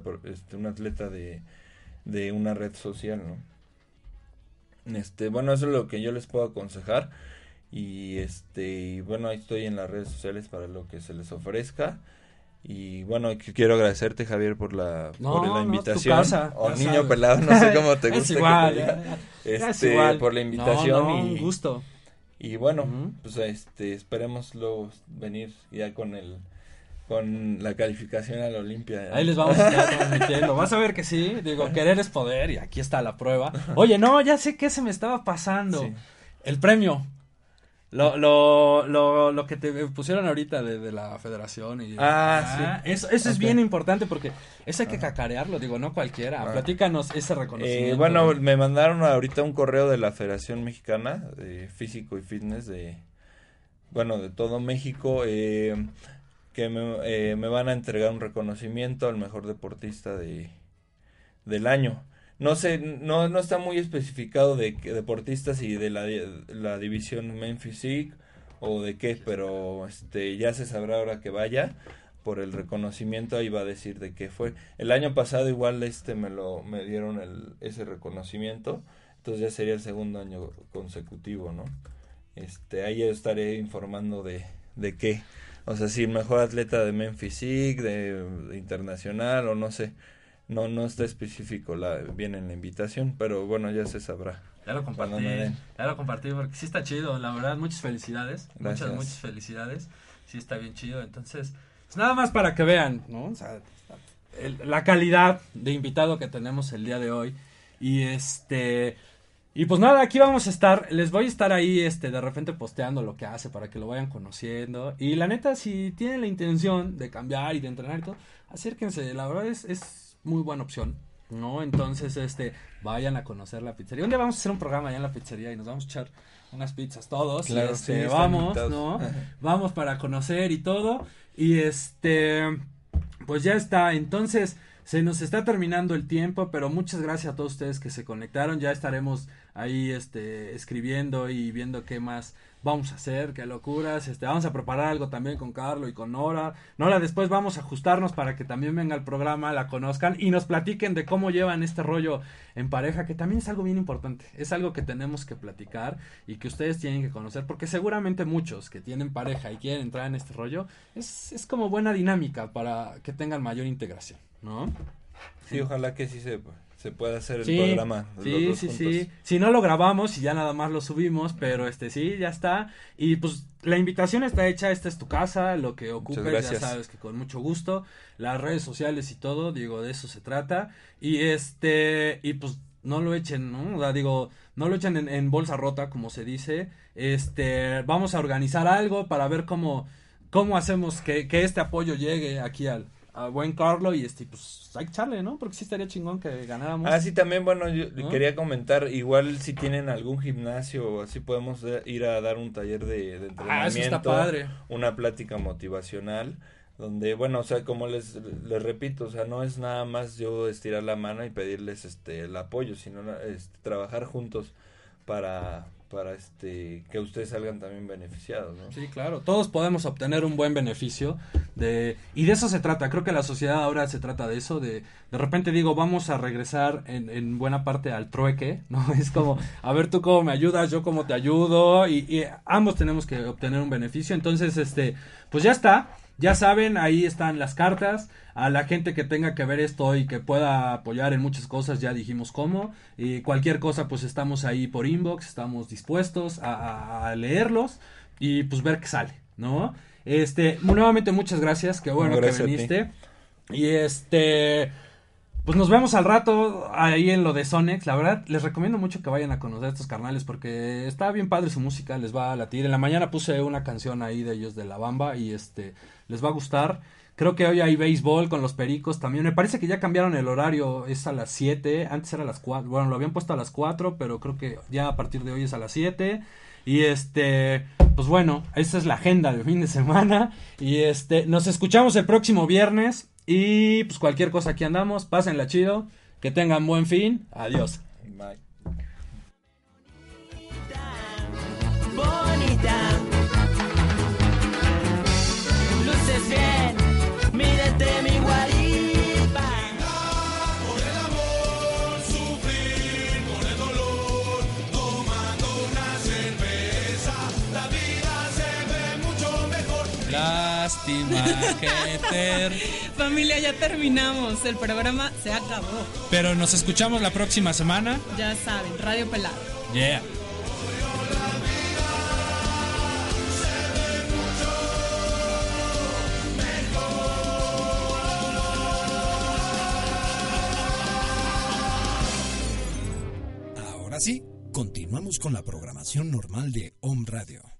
de una red social, ¿no? Bueno, eso es lo que yo les puedo aconsejar. Y bueno, ahí estoy en las redes sociales para lo que se les ofrezca. Y bueno, quiero agradecerte, Javier, por la invitación. Tu casa, o niño pelado, no sé cómo te gusta. Es igual, que te diga. es igual. Por la invitación un gusto. Y bueno, pues esperemos luego venir ya con la calificación a la Olimpia. Ahí les vamos a estar transmitiendo. Vas a ver que sí, digo, querer es poder y aquí está la prueba. Oye, no, ya sé qué se me estaba pasando. Sí. El premio. Lo que te pusieron ahorita de la federación y sí. Eso es bien importante porque eso hay que cacarearlo, digo, no cualquiera. Platícanos ese reconocimiento. Bueno, me mandaron ahorita un correo de la Federación Mexicana de Físico y Fitness de todo México, que me van a entregar un reconocimiento al mejor deportista del año. No sé, no está muy especificado de deportistas y de la división Men Physique o de qué, pero ya se sabrá ahora que vaya por el reconocimiento, ahí va a decir de qué fue. El año pasado igual me dieron ese reconocimiento, entonces ya sería el segundo año consecutivo, ¿no? Ahí yo estaré informando de qué, o sea, si el mejor atleta de Men Physique, de internacional o no sé. No está específico bien en la invitación, pero bueno, ya se sabrá. Ya lo compartí porque sí está chido, la verdad, muchas felicidades. Gracias. Muchas felicidades. Sí está bien chido, entonces, pues nada más para que vean, ¿no? O sea, la calidad de invitado que tenemos el día de hoy. Y pues nada, aquí vamos a estar, les voy a estar ahí de repente posteando lo que hace para que lo vayan conociendo. Y la neta, si tienen la intención de cambiar y de entrenar y todo, acérquense, la verdad es muy buena opción, ¿no? Entonces, vayan a conocer la pizzería. Un día vamos a hacer un programa allá en la pizzería y nos vamos a echar unas pizzas todos. Claro, sí, vamos, ¿no? Vamos para conocer y todo. Y pues ya está. Entonces, se nos está terminando el tiempo, pero muchas gracias a todos ustedes que se conectaron. Ya estaremos ahí escribiendo y viendo qué más vamos a hacer, qué locuras. Vamos a preparar algo también con Carlo y con Nora. Después vamos a ajustarnos para que también venga al programa, la conozcan y nos platiquen de cómo llevan este rollo en pareja, que también es algo bien importante. Es algo que tenemos que platicar y que ustedes tienen que conocer, porque seguramente muchos que tienen pareja y quieren entrar en este rollo, es como buena dinámica para que tengan mayor integración, ¿no? Sí, ojalá que sí se pueda hacer el programa. Sí. Si no lo grabamos y ya nada más lo subimos, pero sí, ya está. Y pues la invitación está hecha, esta es tu casa, lo que ocupes, ya sabes que con mucho gusto. Las redes sociales y todo, digo, de eso se trata. Y y pues no lo echen, ¿no? O sea, digo, no lo echen en bolsa rota, como se dice. Vamos a organizar algo para ver cómo hacemos que este apoyo llegue aquí a buen Carlo y pues hay que echarle, ¿no? Porque sí estaría chingón que ganáramos. Sí, también, bueno, yo quería comentar, igual si tienen algún gimnasio o así podemos ir a dar un taller de entrenamiento. Eso está padre. Una plática motivacional, donde, bueno, o sea, como les repito, o sea, no es nada más yo estirar la mano y pedirles el apoyo, sino trabajar juntos para que ustedes salgan también beneficiados, ¿no? Sí, claro, todos podemos obtener un buen beneficio y de eso se trata. Creo que la sociedad ahora se trata de eso, de repente digo, vamos a regresar en buena parte al trueque, ¿no? Es como, a ver tú cómo me ayudas, yo cómo te ayudo y ambos tenemos que obtener un beneficio. Entonces, pues ya está. Ya saben, ahí están las cartas. A la gente que tenga que ver esto y que pueda apoyar en muchas cosas, ya dijimos cómo. Y cualquier cosa, pues estamos ahí por inbox, estamos dispuestos a leerlos y pues ver qué sale, ¿no? Nuevamente muchas gracias, qué bueno que viniste. Y Pues nos vemos al rato ahí en lo de Sonex. La verdad, les recomiendo mucho que vayan a conocer a estos carnales porque está bien padre su música, les va a latir. En la mañana puse una canción ahí de ellos de La Bamba y les va a gustar. Creo que hoy hay béisbol con los Pericos también. Me parece que ya cambiaron el horario, es a las 7, antes era a las 4. Bueno, lo habían puesto a las 4, pero creo que ya a partir de hoy es a las 7. Y pues bueno, esa es la agenda del fin de semana. Y nos escuchamos el próximo viernes. Y pues cualquier cosa aquí andamos, pásenla chido, que tengan buen fin, adiós. Bye. Bonita, luces bien, mírate mi guaripa. Por el amor, sufrir con el dolor, tomando una cerveza, la vida se ve mucho mejor. Lástima que Familia, ya terminamos, el programa se acabó. Pero nos escuchamos la próxima semana. Ya saben, Radio Pelado. Yeah. Ahora sí, continuamos con la programación normal de Home Radio.